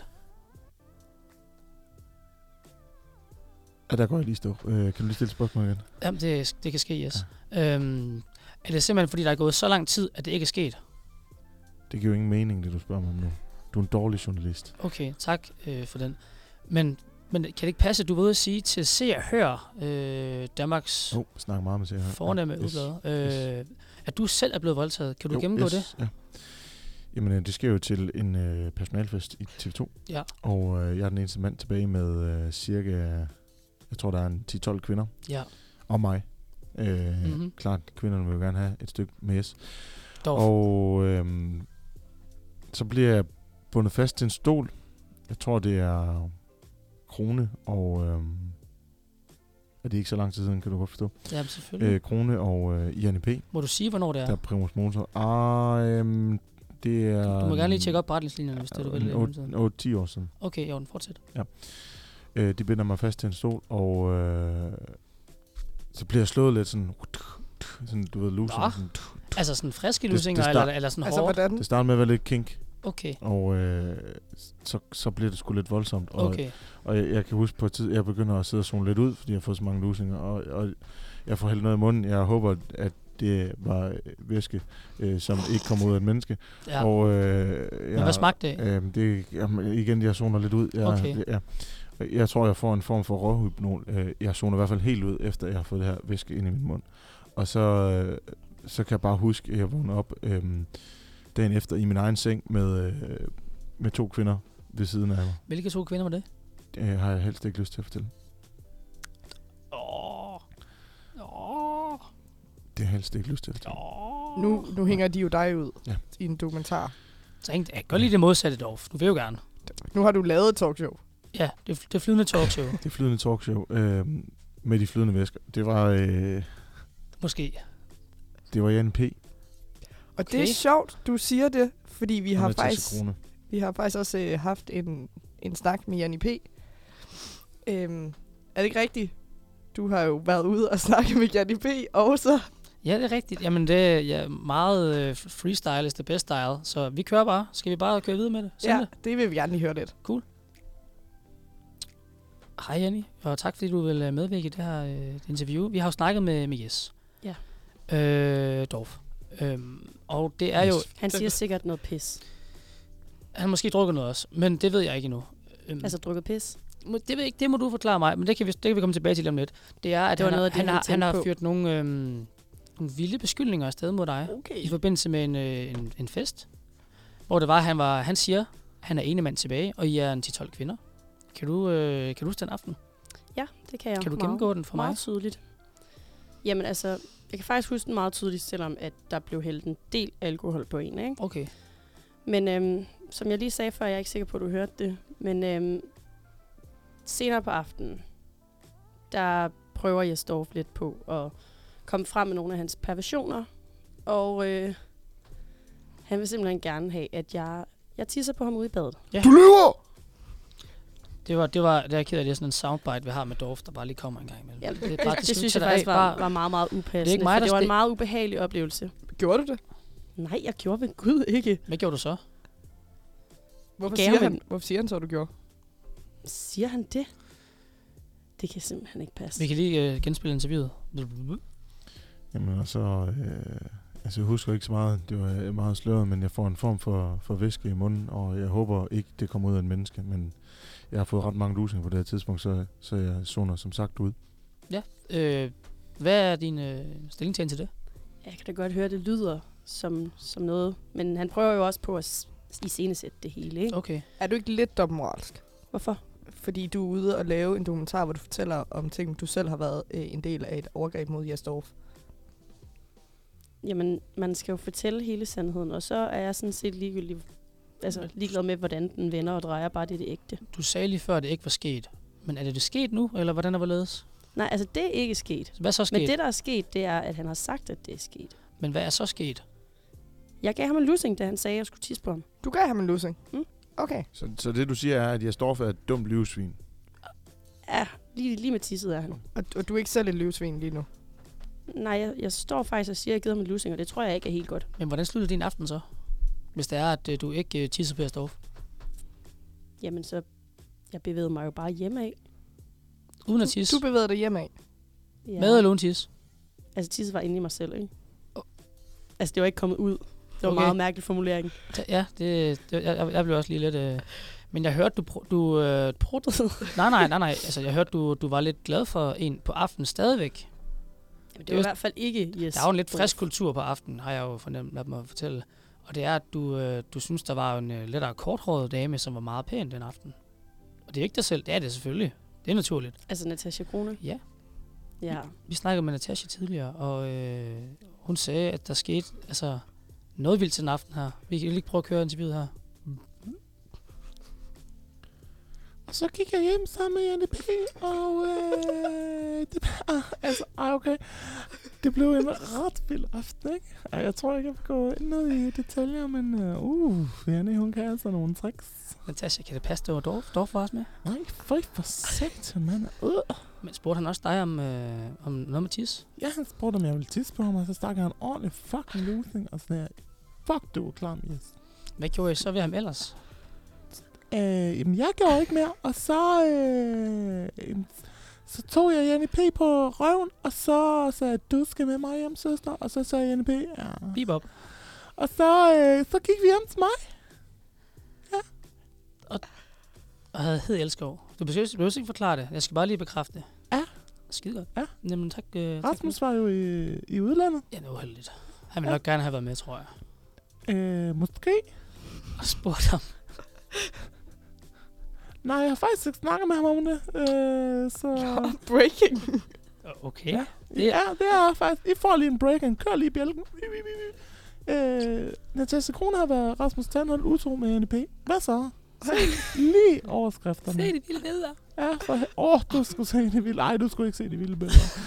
Ja, der går jeg lige stå. Kan du lige stille spørgsmål igen? Jamen, det kan ske, yes. Ja. Er det simpelthen fordi, der er gået så lang tid, at det ikke er sket? Det giver jo ingen mening, det du spørger mig om nu. Du er en dårlig journalist. Okay, tak for den. Men kan det ikke passe, at du var ude at sige til Se og Hør, Danmarks snakker meget med Se og Hør. fornemme udblad, at du selv er blevet voldtaget. Kan du gennemgå det? Ja. Jamen, det sker jo til en personalfest i TV2. Ja. Og jeg er den eneste mand tilbage med cirka, jeg tror, der er en 10-12 kvinder. Ja. Og mig. Klart, kvinderne vil jo gerne have et stykke med yes. Og så bliver jeg bundet fast til en stol. Jeg tror, det er Krone og... er det ikke så lang tid siden, kan du godt forstå? Ja, selvfølgelig. Krone og INP. Må du sige, hvornår det er? Der er primus motor. Det er... Du må gerne lige tjekke op på retningslinjerne, hvis det du vil. 10 år siden. Okay, jo, fortsæt. Ja. De binder mig fast til en stol, og så bliver jeg slået lidt sådan du ved, lusinger. Altså sådan friske lusinger, eller sådan hårdt? Hvordan? Det starter med at være lidt kink. Okay. Og så bliver det sgu lidt voldsomt. Okay. Og jeg kan huske på et tid, jeg begynder at sidde og zone lidt ud, fordi jeg har fået så mange lusinger, og jeg får hældt noget i munden. Jeg håber, at det var væske, som ikke kom ud af et menneske. Ja. Og, men hvad smagte det? Igen, jeg zoner lidt ud. Jeg tror, jeg får en form for råhypnol. Jeg zoner i hvert fald helt ud, efter jeg har fået det her væske ind i min mund. Og så kan jeg bare huske, at jeg vågner op dagen efter i min egen seng med 2 kvinder ved siden af mig. Hvilke 2 kvinder var det? Det har jeg helst ikke lyst til at fortælle. Det har jeg helst ikke lyst til at fortælle. Nu hænger de jo dig ud i en dokumentar. Så jeg gør lige det modsatte, Dorf. Du vil jo gerne. Nu har du lavet et talkshow. Ja, det flydende talkshow. Det flydende talkshow med de flydende væsker. Det var... Måske. Det var Jan P. Og det er sjovt, du siger det, fordi vi har faktisk også haft en snak med Jan P. Er det ikke rigtigt? Du har jo været ude og snakke med Jan P. også. Ja, det er rigtigt. Jamen, det er meget freestyle is the best style, så vi kører bare. Skal vi bare køre videre med det? Ja, det vil vi gerne lige høre lidt. Cool. Hej Jenny, og tak fordi du vil medvirke i det her interview. Vi har jo snakket med Jes. Ja. Dorf. Og det er jo... Han siger sikkert noget pis. Han har måske drukket noget også, men det ved jeg ikke endnu. Altså drukket pis? Det ved jeg ikke, det må du forklare mig, men det kan vi komme tilbage til om lidt. Det er, at han har fyret nogle vilde beskyldninger afsted mod dig i forbindelse med en fest, hvor det var, han siger, han er ene mand tilbage, og I er en 10-12 kvinder. Kan du huske den aften? Ja, det kan jeg. Kan du gennemgå den for mig? Meget tydeligt. Jamen altså, jeg kan faktisk huske den meget tydeligt, selvom at der blev hældt en del alkohol på en, ikke? Okay. Men som jeg lige sagde før, jeg er ikke sikker på, at du hørte det, men senere på aftenen, der prøver jeg Dorf lidt på at komme frem med nogle af hans perversioner, og han vil simpelthen gerne have, at jeg tisser på ham ude i badet. Ja. Du lyver! Det var jeg ked af, det er sådan en soundbite, vi har med Dorf, der bare lige kommer en gang imellem. Ja, det synes jeg faktisk var meget, meget upassende. Det, ikke mig, det var en meget ubehagelig oplevelse. Gjorde du det? Nej, jeg gjorde ved Gud ikke. Hvad gjorde du så? Hvorfor siger han så, du gjorde? Siger han det? Det kan simpelthen ikke passe. Vi kan lige genspille interviewet. Jamen altså, jeg husker ikke så meget. Det var meget sløret, men jeg får en form for væske i munden, og jeg håber ikke, det kommer ud af en menneske, men jeg har fået ret mange lusinger på det her tidspunkt, så jeg zoner som sagt ud. Ja. Hvad er din stillingtagen til det? Jeg kan da godt høre, det lyder som noget, men han prøver jo også på at iscenesætte det hele, ikke? Okay. Er du ikke lidt dobbeltmoralsk? Hvorfor? Fordi du er ude og lave en dokumentar, hvor du fortæller om ting, du selv har været en del af et overgreb mod Jes Dorf. Jamen, man skal jo fortælle hele sandheden, og så er jeg sådan set ligeglad med, hvordan den vender og drejer, bare det er det ægte. Du sagde lige før, at det ikke var sket. Men er det sket nu, eller hvordan er det ledes? Nej, altså det er ikke sket. Hvad så sket? Men det, der er sket, det er, at han har sagt, at det er sket. Men hvad er så sket? Jeg gav ham en lussing, da han sagde, at jeg skulle tisse på ham. Du gav ham en lussing? Mm. Okay. Så det, du siger, er, at jeg står for et dumt livsvin? Ja, lige med tisset er han. Og du er ikke selv et livsvin lige nu? Nej, jeg står faktisk og siger, at jeg giver ham en lussing, og det tror jeg ikke er helt godt. Men hvordan slutter din aften så? Hvis det er, at du ikke tisser på Storff? Jamen så, jeg bevægede mig jo bare hjemme af. Uden at tisse? Du bevægede dig hjemme af? Ja. Med eller uden tisse? Altså tisset var inde i mig selv, ikke? Altså det var ikke kommet ud. Det var meget mærkelig formulering. Ja, jeg blev også lige lidt... Men jeg hørte, du pruttede. Nej. Altså, jeg hørte, du var lidt glad for en på aftenen stadigvæk. Jamen, det er i hvert fald ikke... Yes. Der er jo en lidt frisk kultur på aftenen, har jeg jo fornemt, lad mig fortælle. Og det er, at du synes, der var en lettere korthåret dame, som var meget pæn den aften. Og det er ikke dig selv, det er det selvfølgelig. Det er naturligt. Altså Natasja Crone? Ja. Ja. Vi snakkede med Natasja tidligere, og hun sagde, at der skete noget vildt til den aften her. Vi kan lige prøve at køre interviewet her. Og så gik jeg hjem sammen med Janne P. Og okay. Det blev en ret vild aften, ikke? Jeg tror ikke, jeg vil gå ned i detaljer, men Janne, hun kan altså nogle tricks. Natasja, kan det passe, det var Dorf var også med? Nej, for satan, mand. Men spurgte han også dig om noget med tis? Ja, han spurgte, om jeg ville tisse på ham, og så stak han ordentlig fucking losing, og sådan her. Fuck, du var klam, yes. Hvad gjorde I så ved ham ellers? Jamen, jeg gjorde ikke mere, og så tog jeg Janne P. på røven, og så sagde jeg, du skal med mig hjem, søster, og så sagde Janne P. Ja. Bip op. Og så gik vi hjem til mig. Ja. Og havde hed Elskov. Du behøver ikke forklare det, jeg skal bare lige bekræfte det. Ja. Skide godt. Ja. Jamen, tak. Rasmus var jo i udlandet. Ja, det var uheldigt. Han ville nok gerne have været med, tror jeg. Måske. Og spurgte ham. Nej, jeg har faktisk ikke snakket med ham om det. Breaking. Okay. Ja, det er faktisk. I får lige en breaking. Kør lige bjælken. Natasja Crone har været Rasmus Tandholt utro med Janne P. Hvad så? Lige overskrifterne. Se de vilde billeder. Ja, du skulle se de vilde. Ej, du skulle ikke se de vilde billeder.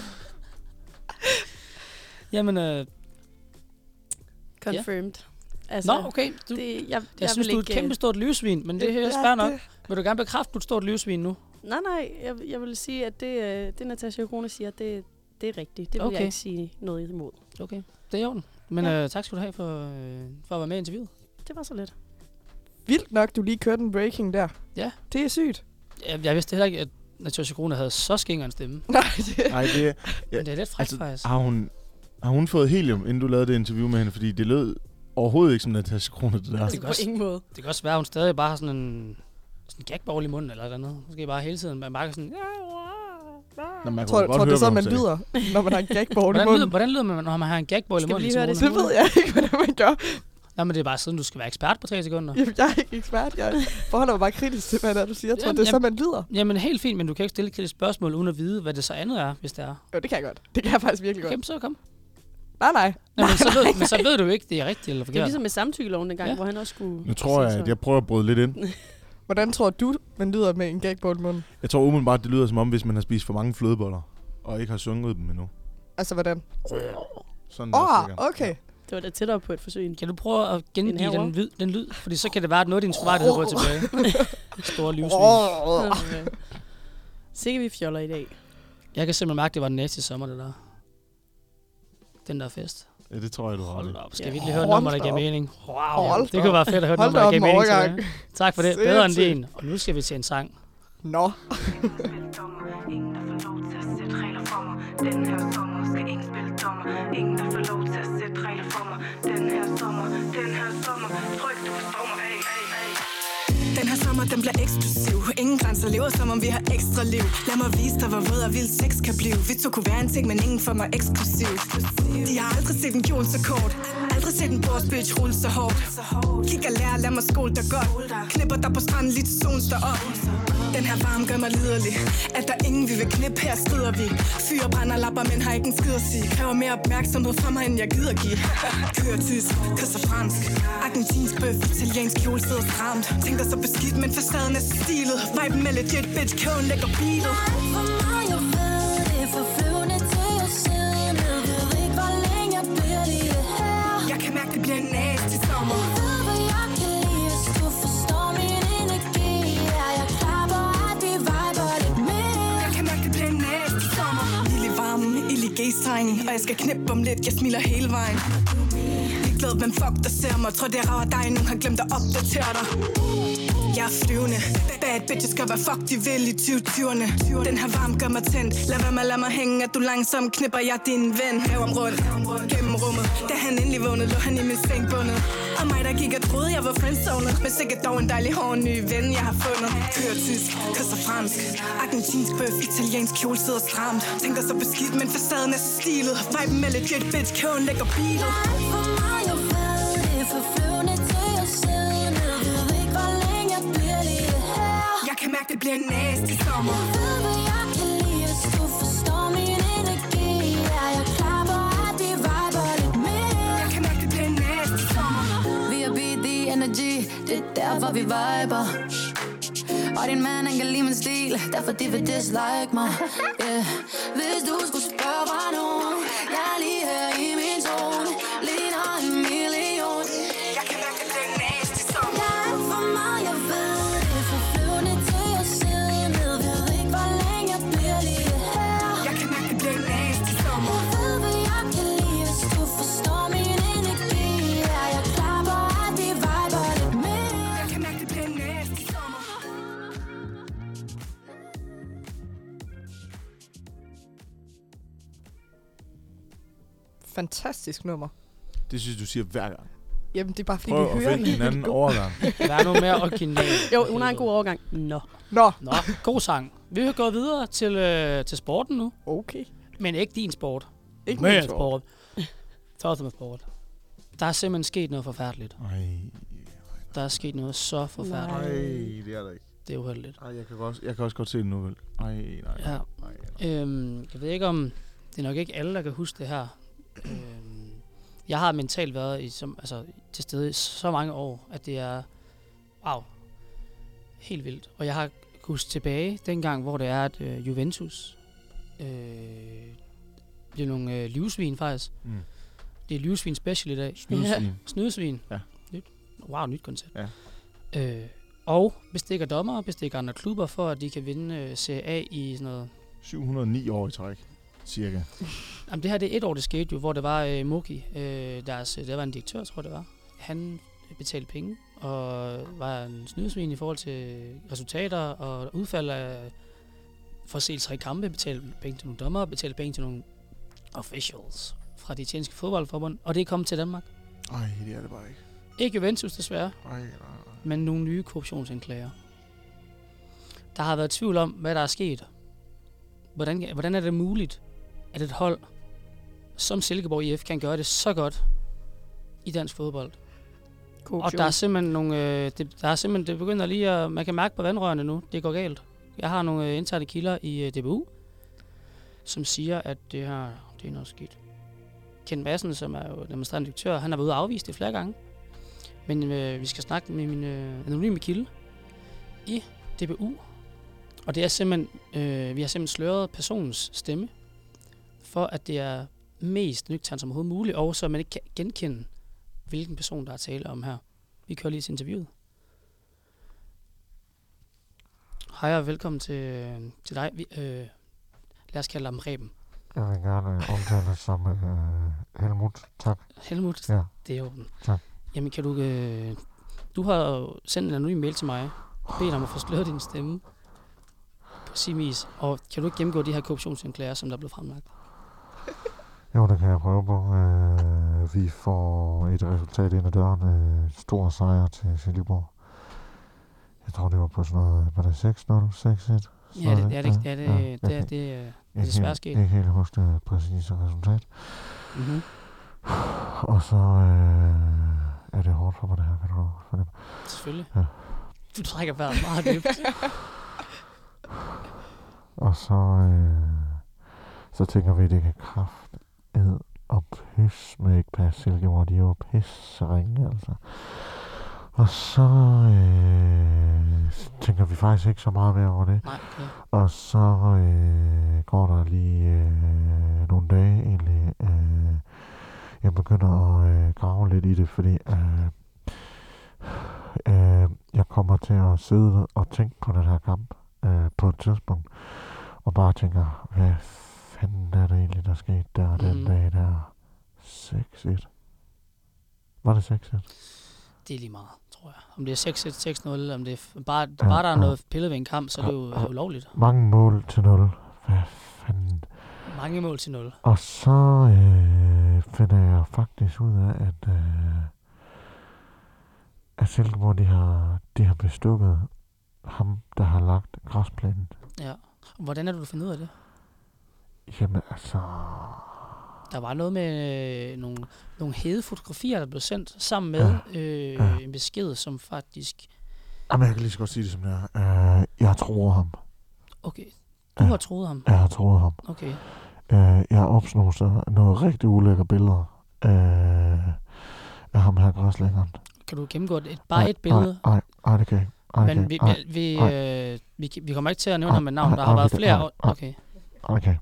Jamen, confirmed. Altså, nå, okay. Jeg synes, du er et kæmpe stort livsvin, men det er svært nok. Vil du gerne bekræfte, du er et stort livsvin nu? Nej. Jeg vil sige, at det Natasja Crone siger, det er rigtigt. Det vil jeg ikke sige noget imod. Okay, det er i orden. Men tak skal du have for at være med i interviewet. Det var så let. Vildt nok, du lige kørte en breaking der. Ja. Det er sygt. Jeg vidste heller ikke, at Natasja Crone havde så skænger en stemme. Nej, men det er lidt frækt, faktisk. Har hun fået helium, inden du lavede det interview med hende? Fordi det lød overhovedet ikke som Natasja Crone, det der. Det på ingen måde. Det kan også være, at hun stadig bare har sådan en gagball i munden eller noget. Måske bare hele tiden. Man bare sådan... Tror du så, man lyder, når man har en gagball i munden? Hvordan lyder man, når man har en gagball i munden? Skal vi lige høre det? Det ved jeg ikke, hvordan man gør. Nej, men det er bare siden, du skal være ekspert på 3 sekunder. Jamen, jeg er ikke ekspert. Jeg forholder mig bare kritisk til, hvad det er, du siger. Jeg tror, det er så, man lyder. Jamen, helt fint, men du kan ikke stille et kritisk spørgsmål, uden at vide, hvad det så andet er, hvis det er. Jo, det kan jeg godt. Det kan jeg faktisk virkelig godt. Jamen, så kom. Nej. Men så ved du ikke, det er rigtigt eller forkert. Det er ligesom med samtykkeloven dengang, hvor han også skulle... Nu tror jeg, at jeg prøver at bryde lidt ind. Hvordan tror du, man lyder med en gagball i munden? Jeg tror umiddelbart, det lyder som om, hvis man har spist for mange flødeboller, og ikke har sunget dem endnu. Altså, hvordan? Sådan der okay. Det var da tættere på et forsøg. Kan du prøve at gengive den lyd? Fordi så kan det være, at noget af din troværdighed går tilbage. Store livsvin. Sikke vi fjoller i dag. Jeg kan simpelthen mærke, at det var den næste sommer, det der. Den der fest. Ja, det tror jeg, du har. Hold op. Skal vi lige høre et nummer, der giver mening? Wow. Det kunne være fedt at høre et nummer, der giver mening til det. Tak for det. Bedre end din. Og nu skal vi til en sang. Nå. Den her sommer skal ingen spille dommer. Ingen der får lov til at sætte regler for mig. Den her sommer, tryk du forstår mig. Den her sommer, den bliver eksplosiv. Ingen grænser, lever som om vi har ekstra liv. Lad mig vise dig, hvor våd og vild sex kan blive. Vi to kunne være en ting, men ingen for mig eksklusiv. De har aldrig set en kjole så kort. Aldrig set en boss bitch rulle så hårdt. Kig og lær, lad mig skole dig godt. Knipper dig på stranden, lige til solen står op. Den her varme gør mig liderlig. At der ingen vi vil knippe, her skrider vi. Fyre brænder lapper, men har ikke en skid at sige. Kræver mere opmærksomhed fra mig, end jeg gider give. Kører tysk, kysser fransk. Argentinsk bøf, italiensk kjole sidder stramt. Tænk dig så beskidt, men facaden er så stilet. Vibe med legit, bitch, køen lægger beatet. Alt for mange ved det, for flyvende til siden. Jeg ved ikke, hvor længe jeg bliver lige her. Jeg kan mærke, det bliver en næst. FaceTime, og jeg skal knippe om lidt, jeg smiler hele vejen. Ligeglad, hvem fuck der ser mig. Tror det rager dig, nogen har glemt at opdatere dig. Jeg er flyvende. Bad bitches gør, hvad fuck de vil i 2020'erne. Den her varm gør mig tændt. Lad mig hænge, at du langsomt knipper jeg din ven. Hav om rundt, gennem rummet. Da han endelig vågnede, lå han i min seng bundet. Og mig der gik og troede, jeg var friendzonet. Men sikkert dog en dejlig hård ny ven, jeg har fundet. Kører tysk, kysser fransk. Argentinsk bøf, italiensk kjole sidder stramt. Tænker så beskidt, men facaden er så stilet. Viben med legit bitch, køb en lækker bil. For mig og ved det, for flyvende til os siden. Jeg ved ikke, hvor længe jeg bliver lige her. Jeg kan mærke, det bliver næste sommer. Jeg ved, hvad jeg kan lide, hvis du forstår min energi. Er jeg klar på, at vi viber lidt mere? Jeg kan mærke, det bliver næste sommer. Vi har beat the energy, det er derfor vi viber. Og din mand, han kan lide min stil, derfor de vil dislike mig. Yeah. Hvis du skulle spørge mig nu, jeg er lige her i min zone. Ligner en million. Jeg kan mærke, det bliver næste sommer. Jeg er for meget, jeg ved det, for flyvende til os siden. Jeg ved ikke, hvor længe jeg bliver lige her. Jeg kan mærke, det bliver næste sommer. Jeg ved, hvad jeg kan lide, hvis du forstår min energi. Er jeg klar på, at vi viber lidt mere? Jeg kan mærke, det bliver næste sommer. Fantastisk nummer. Det synes du siger hver gang. Jamen, det er bare fordi, Prøv vi at hører finde en anden overgang. Der er noget mere originalt. Jo, hun har en god overgang. Nå. Nå. Nå, god sang. Vi vil gå videre til sporten nu. Okay. Men ikke din sport. Ikke min min sport. Tottenham sport. Der er simpelthen sket noget forfærdeligt. Der er sket noget så forfærdeligt. Nej, det er der ikke. Det er uheldigt. Ej, jeg kan også godt se det nu, vel? Nej. Ja. Jeg ved ikke om... Det er nok ikke alle, der kan huske det her. Jeg har mentalt været til stede i så mange år, at det er... Wow. Helt vildt. Og jeg har husket tilbage dengang, hvor det er, at Juventus bliver nogle livsvin faktisk. Mm. Det er livsvin special i dag. Snydesvin. Snydesvin. Ja. Nyt koncept. Ja. Og bestikker dommere, bestikker andre klubber for, at de kan vinde Serie A i sådan noget... 709 år i træk, cirka. Jamen det her, det er et år, det skete jo, hvor det var Moki, der var en direktør, tror jeg det var. Han betalte penge, og var en snydesvin i forhold til resultater og udfald af forseelser i kampe, betalte penge til nogle dommere, betalte penge til nogle officials fra det italienske fodboldforbund, og det er kommet til Danmark. Ej, det er det bare ikke. Ikke Juventus desværre, nej. Men nogle nye korruptionsanklager. Der har været tvivl om, hvad der er sket. Hvordan er det muligt, at et hold som Silkeborg IF kan gøre det så godt i dansk fodbold? Og der er simpelthen nogle... det begynder lige at... Man kan mærke på vandrørene nu, det går galt. Jeg har nogle interne kilder i DBU, som siger, at det er noget skidt. Ken Madsen, som er jo demonstrerende direktør, han har været ude og afvise det flere gange. Men vi skal snakke med min anonyme kilde i DBU. Og det er simpelthen, vi har simpelthen sløret personens stemme, for at det er mest nøgternt som overhovedet muligt, og så man ikke kan genkende, hvilken person der er tale om her. Vi kører lige til interviewet. Hej og velkommen til dig. Lad os kalde dig Reben. Jeg vil gerne omtale som Helmut. Tak. Helmut? Ja. Det er jo den. Tak. Jamen kan du... du har jo sendt en anonym mail til mig, og bedt om at få sløret din stemme på sin vis. Og kan du ikke gennemgå de her korruptionsanklager, som der er blevet fremlagt? Jo, det kan jeg prøve på. Vi får et resultat ind ad døren. Stor sejr til Silkeborg. Jeg tror, det var på sådan noget... Var det 6-0? 6-1? Ja, det er desværre sket. Jeg kan ikke helt huske det præcise resultat. Mm-hmm. Og så er det hårdt for mig, det her, kan du fornemme. Selvfølgelig. Ja. Du trækker vejret meget dybt. Og så tænker vi, det kan kraftedme og pis med ikke passe Silkeborg. De er jo pisseringe, altså. Og så tænker vi faktisk ikke så meget mere over det. Nej, okay. Og så går der lige nogle dage egentlig. Jeg begynder at grave lidt i det, fordi jeg kommer til at sidde og tænke på den her kamp på et tidspunkt. Og bare tænker, hvad fanden er det egentlig, der skete der den dag der? 6-1. Var det 6-1? Det er lige meget, tror jeg. Om det er 6-1, 6-0, om det er bare der er noget pillet ved en kamp, så er det jo ulovligt. Mange mål til 0. Hvad fanden? Mange mål til 0. Og så finder jeg faktisk ud af, at Silkeborg, de har bestukket ham, der har lagt græsplænen. Ja. Og hvordan er du fundet ud af det? Jamen altså... Der var noget med nogle hede fotografier, der blev sendt sammen med en besked, som faktisk... Jamen, jeg kan lige så godt sige det som det er. Jeg tror ham. Okay. Du har troet ham? Jeg har troet ham. Okay. Jeg har opsnuset noget rigtig ulækkre billeder af ham her græslæggeren. Kan du gennemgå et billede? Nej, det kan jeg ikke. Men vi kommer ikke til at nævne ham med navn. Der har været flere... Okay. Okay.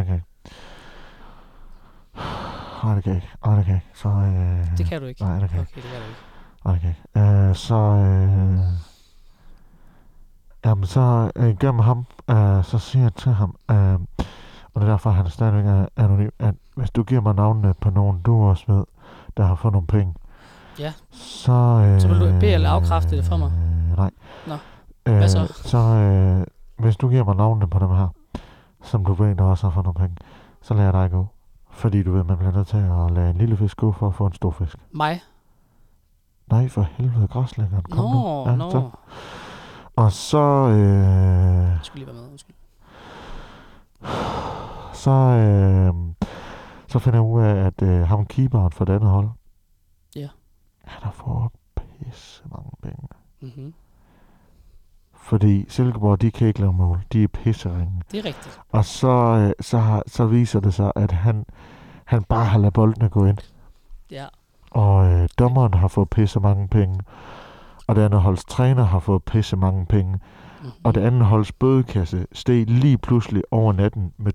Nej, det kan jeg ikke. Så, det kan du ikke? Nej, det kan jeg ikke. Okay, det kan du ikke. Nej, det kan jeg ikke. Jamen, så gennem ham, så siger jeg til ham, og det er derfor, han stadigvæk er anonym, at hvis du giver mig navnene på nogen, du også ved, der har fået nogle penge, ja. Så vil du bede eller afkræfte det for mig? Nej. Nå, hvad så? Så hvis du giver mig navnene på dem her, som du ved, der også har fået nogle penge, så lader jeg dig gå. Fordi du ved, man bliver nødt til at lade en lille fisk gå for at få en stor fisk. Mig? Nej, for helvede, græslæggeren. Kom nu. Ja, nå. Så. Og så... Jeg skulle lige være med, undskyld. Så finder jeg ud af, at ham keeperen for det andet hold, ja, han har fået pisse mange penge. Mhm. Fordi Silkeborg, de kan ikke lave mål. De er pisseringe. Det er rigtigt. Og så viser det sig, at han bare har ladet boldene gå ind. Ja. Og dommeren har fået pisse mange penge. Og det andet holds træner har fået pisse mange penge. Mm-hmm. Og det andet holds bødekasse steg lige pludselig over natten med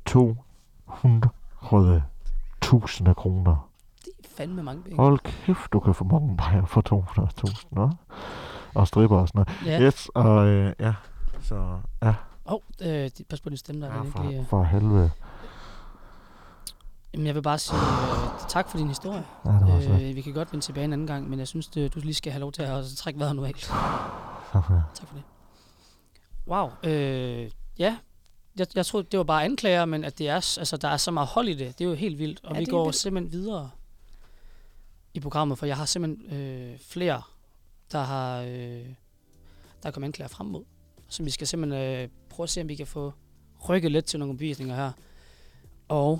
200.000 kroner. Det er fandme mange penge. Hold kæft, du kan få mange bajer for 200.000, og stripper og sådan noget. Ja. Yes, og ja, så ja. Pas på din stemme der. Ja, for helvede. Jamen, jeg vil bare sige tak for din historie. Ja, vi kan godt vende tilbage en anden gang, men jeg synes, du lige skal have lov til at trække vejret nu af. Tak for det. Tak for det. Wow. Ja, jeg troede, det var bare anklager, men at det er, altså, der er så meget hold i det. Det er jo helt vildt. Og vi går simpelthen videre i programmet, for jeg har simpelthen flere, der er kommet anklager frem mod. Så vi skal simpelthen prøve at se, om vi kan få rykket lidt til nogle bevisninger her. Og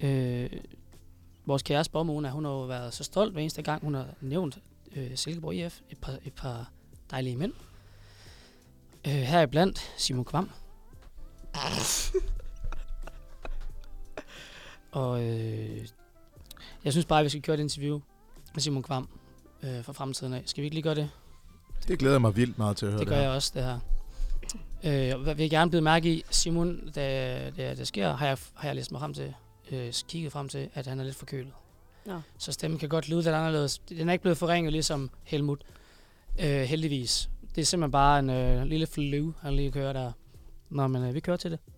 vores kære spår Mona, hun har jo været så stolt hver eneste gang, hun har nævnt Silkeborg IF, et par dejlige mænd. Heriblandt Simon Kvam. Og jeg synes bare, at vi skal køre et interview med Simon Kvam for fremtiden af. Skal vi ikke lige gøre det? Det glæder mig vildt meget til at høre det. Det gør jeg også, det her. Jeg vil gerne bide mærke i, Simon, da det sker, har jeg læst mig frem til, kigget frem til, at han er lidt forkølet. Ja. Så stemmen kan godt lyde lidt anderledes. Den er ikke blevet forringet ligesom Helmut, heldigvis. Det er simpelthen bare en lille flu, han lige kører der. Nå, men vi kører til det.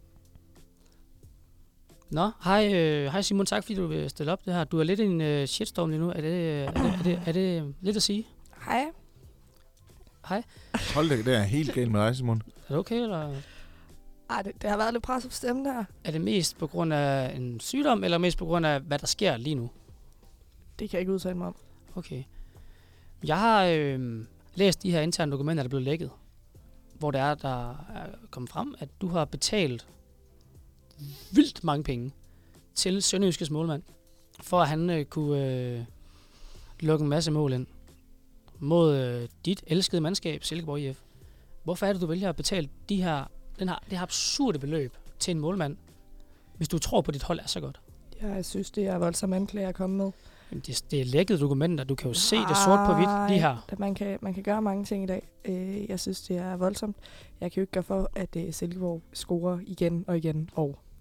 Nå, hej Simon, tak fordi du vil stille op det her. Du er lidt i en shitstorm lige nu. Er det lidt at sige? Hej. Hold det er helt galt med dig, Simon. Er det okay, eller? Ej, det har været lidt pres på stemmen der. Er det mest på grund af en sygdom, eller mest på grund af, hvad der sker lige nu? Det kan jeg ikke udtale mig om. Okay. Jeg har læst de her interne dokumenter, der er blevet lækket, hvor der er kommet frem, at du har betalt vildt mange penge til Sønderjyskes målmand, for at han kunne lukke en masse mål ind mod dit elskede mandskab, Silkeborg IF. Hvorfor er det, du vælger at betale det her absurde beløb til en målmand, hvis du tror på, at dit hold er så godt? Jeg synes, det er voldsomt anklager at komme med. Jamen, det er lækkede dokumenter. Du kan jo se det sort på hvidt lige her. Man kan gøre mange ting i dag. Jeg synes, det er voldsomt. Jeg kan jo ikke gøre for, at Silkeborg scorer igen og igen.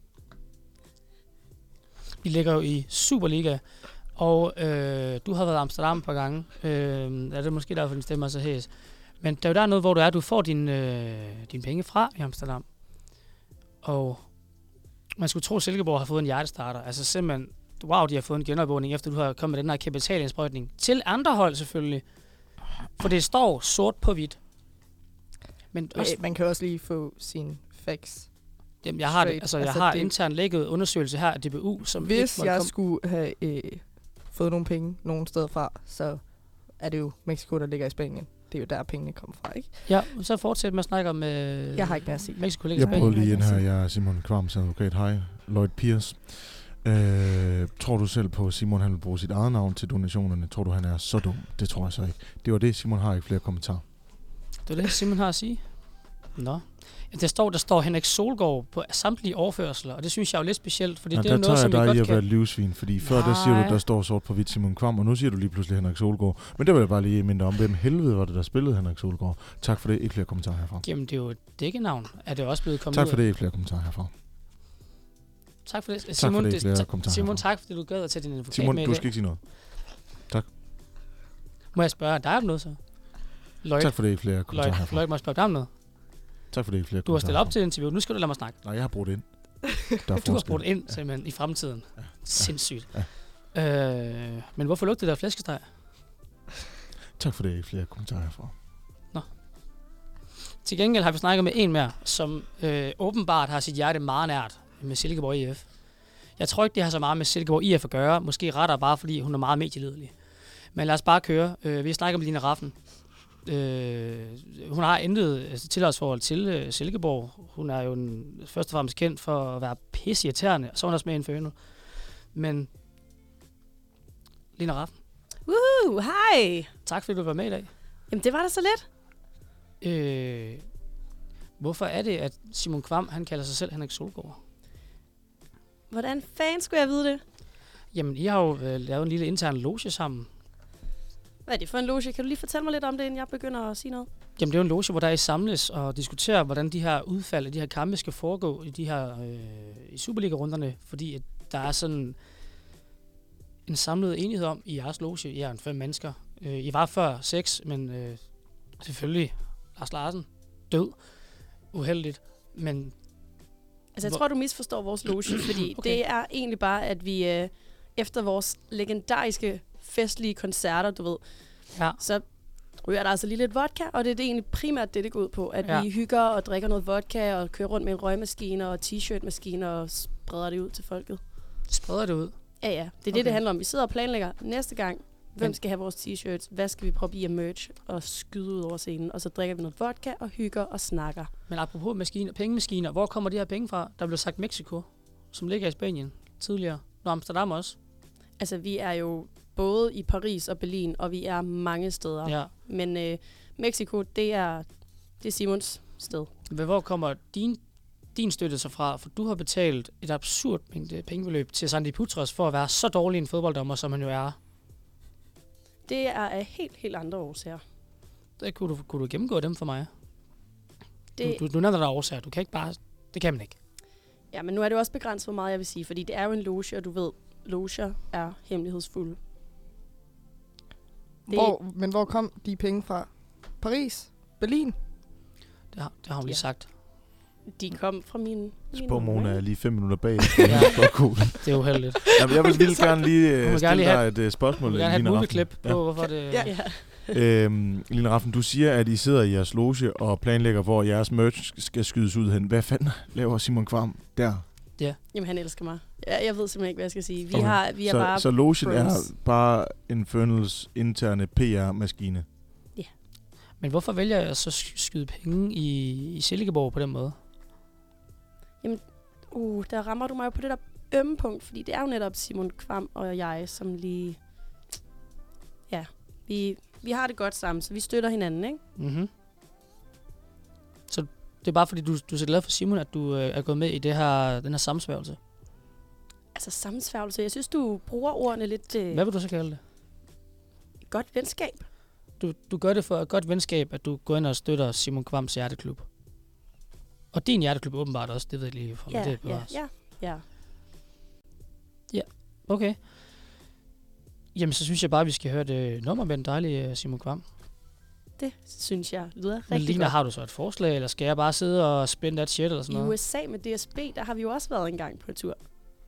Vi ligger jo i Superliga, og du har været i Amsterdam et par gange. Er det måske derfor, din stemme er så hæs? Men der er jo der noget, hvor du får dine penge fra i Amsterdam. Og man skulle tro, at Silkeborg har fået en hjertestarter. Altså simpelthen, wow, de har fået en genoprydning, efter du har kommet med den her kapitalindsprøjtning. Til andre hold selvfølgelig. For det står sort på hvidt. Men også, Man kan også lige få sine facts. jamen, jeg har det. straight. Altså, jeg Altså, har det- internt lægget undersøgelse her af DBU, som Hvis ikke måtte jeg komme. skulle have fået nogle penge nogen steder fra, så er det jo Mexico, der ligger i Spanien. Det er jo der, pengene kommer fra, ikke? Ja, så fortsæt med at snakke om Jeg har ikke mere at sige. Mexico ligger i Jeg prøver Spanien. lige ind her. Jeg er Simon Kvams advokat. Hej, Lloyd Pierce. Tror du selv på, at Simon han vil bruge sit eget navn til donationerne? Tror du, han er så dum? Det tror jeg så ikke. Det var det. Simon har ikke flere kommentarer. Det er det, Simon har at sige. Nå. Ja, der står Henrik Solgaard på samtlige overførsler, og det synes jeg er jo lidt specielt, fordi Ja, det er der jo tager noget, jeg som vi dig i godt at være kan... et livsvin, fordi før der siger du, der står sort på hvidt Simon Kvam, og nu siger du lige pludselig Henrik Solgaard. Men det vil jeg bare lige minde om. Hvem helvede var det, der spillede Henrik Solgaard? Tak for det. Ikke flere kommentarer herfra. Jamen, det er jo et dækkenavn. Er det også blevet kommet Tak ud for af? det. Ikke flere kommentarer herfra. Tak for det. Tak Simon, for det. Ikke flere kommentarer Simon, herfra. tak fordi du gad at tage din advokat Simon, med i du dag. skal ikke sige noget. Tak. Må jeg spørge dig om noget så? Lloyd, Tak for det. Ikke flere kommentarer herfra. Lloyd, må jeg spørge dig om noget? Tak for det. Ikke flere Du har stillet op kommentarer til interview. Nu skal du lade mig snakke. herfra. Nej, jeg har brugt ind. Der er Du har forskel. spurgt ind simpelthen i fremtiden. Ja. Sindssygt. Ja. Men hvorfor lugter det af flæskesteg? Tak for det. Ikke flere kommentarer herfra. Til gengæld har vi snakket med en mere, som åbenbart har sit hjerte meget nært med Silkeborg IF. Jeg tror ikke, det har så meget med Silkeborg IF at gøre. Måske rettere bare, fordi hun er meget medieledelig. Men lad os bare køre. Vi snakker med Line Raffen. Hun har intet tilhørsforhold til Silkeborg. Hun er jo først og fremmest kendt for at være pisseirriterende, og så er hun også med i Inferno. Men Line Raffen, Hej! tak fordi du var med i dag. Jamen, det var da så lidt. Hvorfor er det, at Simon Kvam, han kalder sig selv Henrik Solgaard? Hvordan fanden skulle jeg vide det? Jamen, I har jo lavet en lille intern loge sammen. Hvad er det for en loge? Kan du lige fortælle mig lidt om det, inden jeg begynder at sige noget? Jamen, det er jo en loge, hvor der I samles og diskuterer, hvordan de her udfald af de her kampe skal foregå i de her i Superliga-runderne, fordi at der er sådan en samlet enighed om i jeres loge. I er 5 mennesker. I var før 6, men selvfølgelig Lars Larsen død. Uheldigt. Men Altså, jeg tror, du misforstår vores loge, fordi Okay. det er egentlig bare, at vi efter vores legendariske festlige koncerter, du ved, ja, så ryger der altså lige lidt vodka, og det er egentlig primært det går ud på, at Ja. vi hygger og drikker noget vodka og kører rundt med en røgmaskine og t-shirt-maskine og spreder det ud til folket. spreder det ud. Ja, ja. Det er Okay. det, det handler om. Vi sidder og planlægger næste gang, hvem Men- skal have vores t-shirts, hvad skal vi proppe i af merch og skyde ud over scenen, og så drikker vi noget vodka og hygger og snakker. Men apropos pengemaskiner, hvor kommer de her penge fra? Der blev sagt Mexico, som ligger i Spanien tidligere. Nå, Amsterdam også. Altså, vi er jo både i Paris og Berlin, og vi er mange steder. Ja. Men Mexico, det er Simons sted. Men hvor kommer din støtte så fra? For du har betalt et absurd mængde pengebeløb til Sandy Putras for at være så dårlig en fodbolddommer, som han jo er. Det er af helt andre årsager. Det kunne du gennemgå dem for mig? Det, Du nævner der årsager. Du kan ikke bare... Det kan man ikke. Ja, men nu er det også begrænset, hvor meget jeg vil sige, fordi det er jo en loge, og du ved, loger er hemmelighedsfulde. Men hvor kom de penge fra? Paris? Berlin? Det har hun lige sagt. De kom fra min Spåmåne er lige 5 minutter bag. Ja. Cool. Det er uheldigt. Jamen, jeg vil gerne lige Hun vil stille have- dig et spørgsmål. Hun vil gerne have et Line movieklip Raffen. på, hvorfor det... Ja. Line Raffen, du siger, at I sidder i jeres loge og planlægger, hvor jeres merch skal skydes ud hen. Hvad fanden laver Simon Kvam der? Ja. Jamen, han elsker mig. Jeg ved simpelthen ikke, hvad jeg skal sige. Vi er så, bare så logen friends. er bare Infernals interne PR-maskine. Ja. Men hvorfor vælger jeg så skyde penge i Silkeborg på den måde? Jamen, der rammer du mig jo på det der ømme punkt, fordi det er jo netop Simon Kvam og jeg, som lige... Ja, vi har det godt sammen, så vi støtter hinanden, ikke? Mhm. Så det er bare fordi, du er så glad for Simon, at du er gået med i den her sammensværgelse? Altså sammensværgelse. Jeg synes, du bruger ordene lidt... Hvad vil du så kalde det? Godt venskab. Du gør det for et godt venskab, at du går ind og støtter Simon Kvams hjerteklub. Og din hjerteklub åbenbart også, det ved jeg lige fra Ja, det bevares. ja. Okay. Jamen, så synes jeg bare, vi skal høre det nummer med den dejlige Simon Kvam. Det synes jeg lyder Men rigtig Lina, godt. har du så et forslag, eller skal jeg bare sidde og spænde that shit eller sådan I noget? USA med DSB, der har vi jo også været en gang på tur.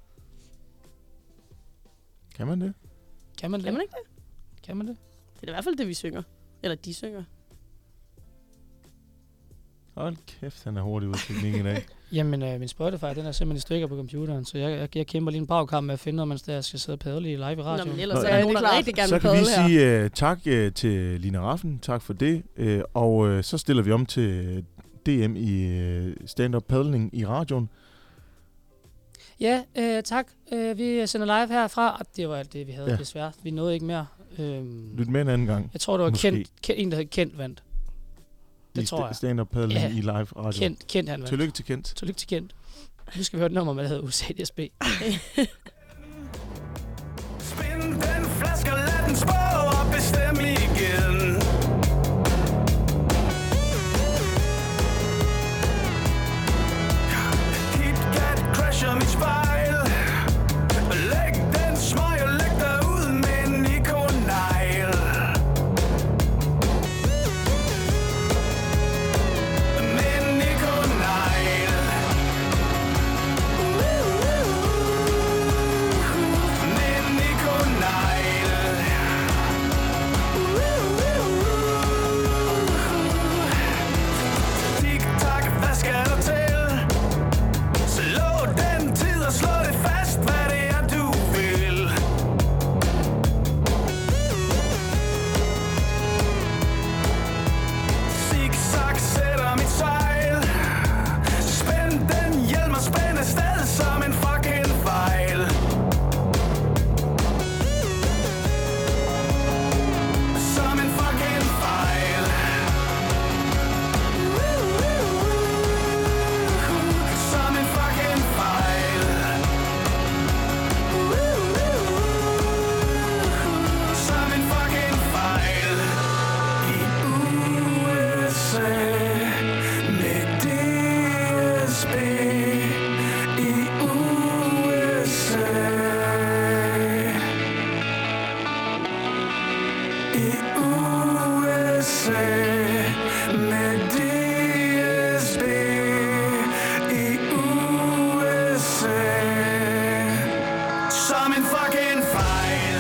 Kan man det? Kan man det? Kan man ikke det? Kan man det? Det er i hvert fald det, vi synger. Eller de synger. Hold kæft, han er hurtig ud af teknikken i dag. Jamen, min Spotify, den er simpelthen i stykker på computeren, så jeg kæmper lige en bragkamp med at finde noget, mens jeg skal sidde og padle i live i radioen. Nå, men ellers er der nogen, der rigtig gerne Så vil kan vi padle her. sige tak til Lina Raffen. Tak for det. Og så stiller vi om til DM i stand-up padling i radioen. Ja, tak. Vi sender live herfra, og det var alt det, vi havde desværre. Vi nåede ikke mere. Lyt med en anden gang. Jeg tror, det var en, der hed Kent vandt. Det tror jeg. Stand-up padling i live radio. Kent han vandt. Tillykke til Kent. Tillykke til Kent. Nu skal vi høre et nummer med, der hedder USA-DSB. Spind den flaske, lad den spå og bestem igen. KitKat crasher mit spejl. Læg den smøg og læg dig ud med en ikonegl. Med en ikonegl. Med en ikonegl. Tik-tak, hvad skal der til? Slå den tid og slå det fast, hvad det er, du vil. Zigzag sætter mit sejl. Spænd den hjelm og spænd afsted som en fucking fejl. Som en fucking fejl. Som en fucking fejl. Som en fucking fejl. I USA med DSB. I USA. I USA med DSB. I USA. Som en fucking fejl.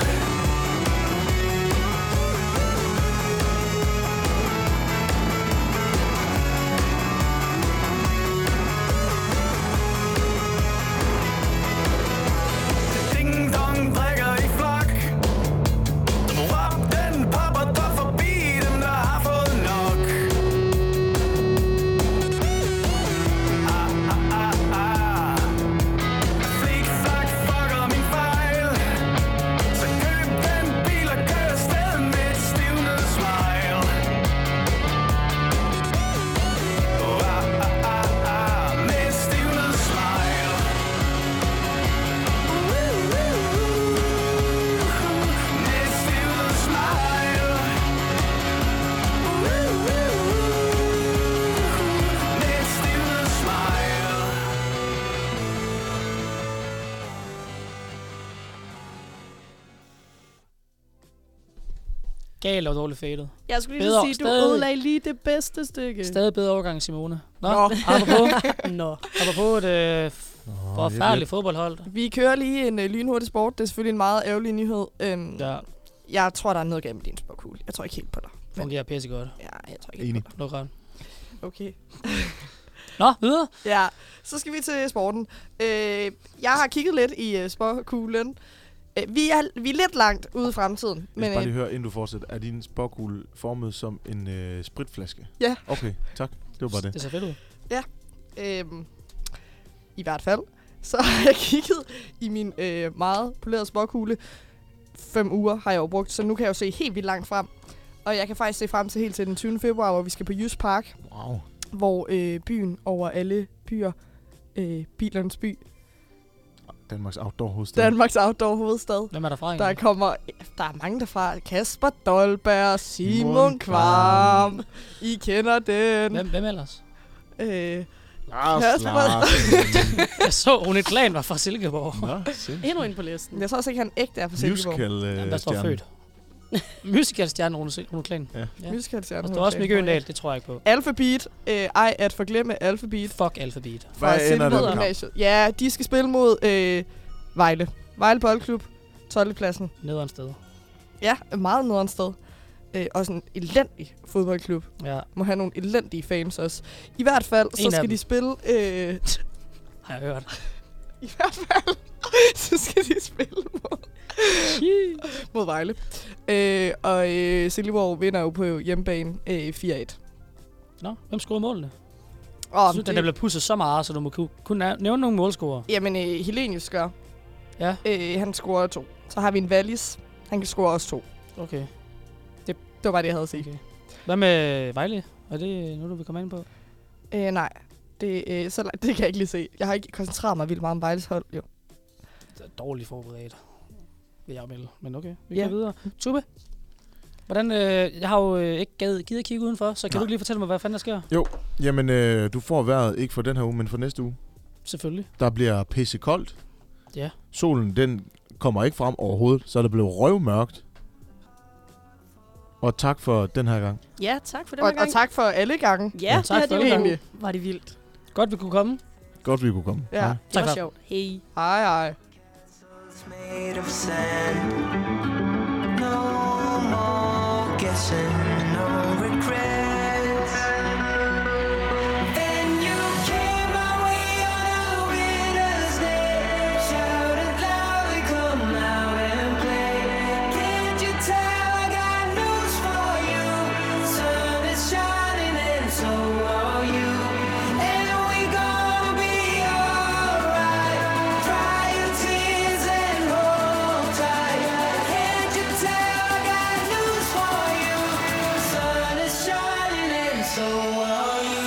Ding dong drikker i flok. Rap den popper der forbi dem, der har fået nok. Flik-flak fucker min fejl. Så køb den bil og kør afsted med et stivnet smile. Med et stivnet smile. Med et stivnet smile. Med et stivnet smile. Galt og dårligt fadet. Jeg skulle lige så sige, du ødelagde lige det bedste stykke. Stadig bedre overgang, Simone. Nå. Nå. Apropos et forfærdeligt fodboldhold. Vi kører lige en lynhurtig sport. Det er selvfølgelig en meget ærgerlig nyhed. Ja. Jeg tror, der er noget galt med din spåkugle. Jeg tror ikke helt på dig. Fungerer pissegodt. Ja, jeg tror ikke helt på dig. Luk ret. Okay. Nå, videre. Ja, så skal vi til sporten. Jeg har kigget lidt i spåkuglen. Vi er lidt langt ude i fremtiden. Jeg skal bare lige høre, inden du fortsætter. Er din spåkugle formet som en spritflaske? Ja. Okay, tak. Det var bare det. Det ser fedt ud. Ja. I hvert fald. Så har jeg kigget i min meget polerede spåkugle. 5 uger har jeg jo brugt, så nu kan jeg jo se helt vildt langt frem. Og jeg kan faktisk se frem til helt til den 20. februar, hvor vi skal på Jysk Park. Wow. Hvor byen over alle byer, bilernes by, Danmarks outdoor hovedstad. Danmarks outdoor hovedstad. Hvem er der fra? Der er mange derfra. Kasper Dolberg, Simon Kvam. I kender den. Hvem ellers? Lars. Jeg så, Rune Klan var fra Silkeborg. Nå, Endnu en på listen. Jeg tror også ikke, han ægte er fra Silkeborg. Musical der står født. Musicalstjerne Rune Klan. Ja. Musicalstjerne. Og der er også Mikke Øndal, det tror jeg ikke på. Alphabet. Ej, at forglemme Alphabet. Fuck Alphabet. Hvad ender det med? Ja, de skal spille mod Vejle. Vejle Boldklub. 12. pladsen. Nederen sted. Ja, meget nederen sted. Også en elendig fodboldklub. Ja. Må have nogle elendige fans også. I hvert fald, så skal de spille... Har jeg hørt. I hvert fald, så skal de spille mod Vejle. Silkeborg vinder jo på hjemmebane 4-1. Nå, hvem scorede målene? Jeg synes, den er blevet pusset så meget, så du må kunne nævne nogle målscorer. Jamen, Helenius gør. Ja. Han scorer 2. Så har vi en Wallis. Han kan score også 2. Okay. Det var bare det, jeg havde at sige. Okay. Hvad med Vejle? Er det nu, du vil komme ind på? Nej. Det kan jeg ikke lige se. Jeg har ikke koncentreret mig vildt meget om Vejles hold, jo. Det er dårligt forberedt, vil jeg melde. Men okay, vi går videre. Tube? Hvordan, jeg har jo ikke givet at kigge udenfor, så kan du lige fortælle mig, hvad fanden der sker? Jo, jamen du får vejret ikke for den her uge, men for næste uge. Selvfølgelig. Der bliver pisse koldt. Ja. Solen, den kommer ikke frem overhovedet, så er det blevet røvmørkt. Og tak for den her gang. Ja, tak for den her gang. Og tak for alle gange. Ja, tak for alle gange. Var det vildt. Godt, vi kunne komme. Godt, vi kunne komme. Ja. Det tak var for. sjovt. Hej. Hej. Made of sand. No more guessing, no regrets. Then you came my way on a winter's day. Shouted loudly, come out and play. Can't you tell I got news for you? Sun is shining and so are you. And we gonna be alright. Dry your tears and hold tight. Can't you tell I got news for you? Sun is shining and so are you.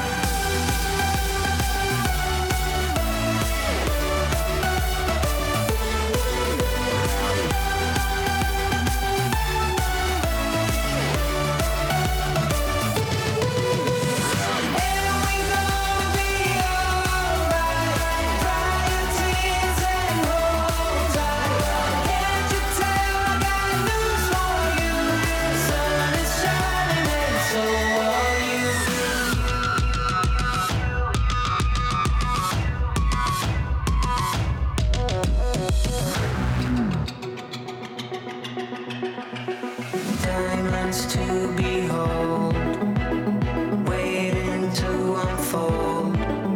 Diamonds to behold, waiting to unfold.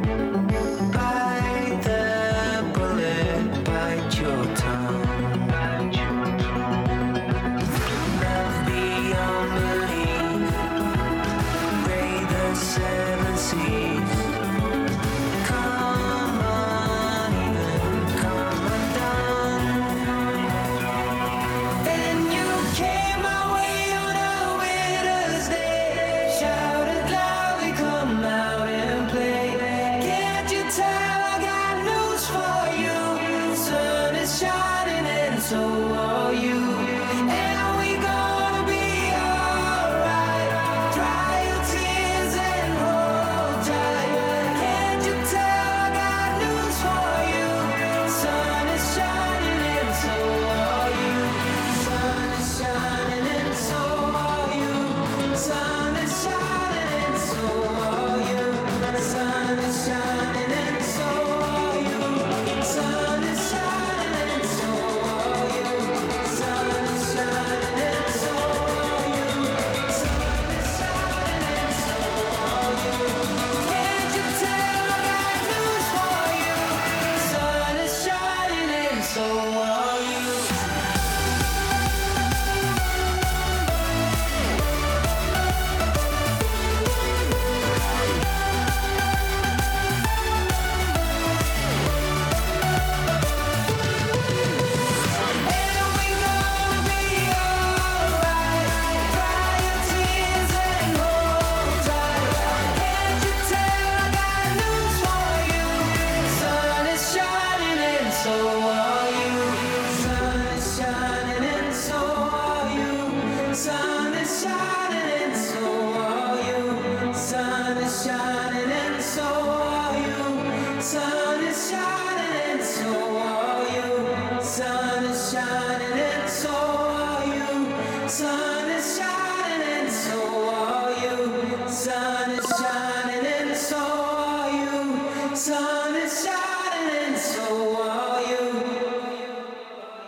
Bite the bullet, bite your tongue. Love beyond belief, raid the seven seas. Come uneven, come undone. Then you came my way on a winter's day. Shouted loudly, come out and play. Can't you tell I got news for you? Sun is shining and so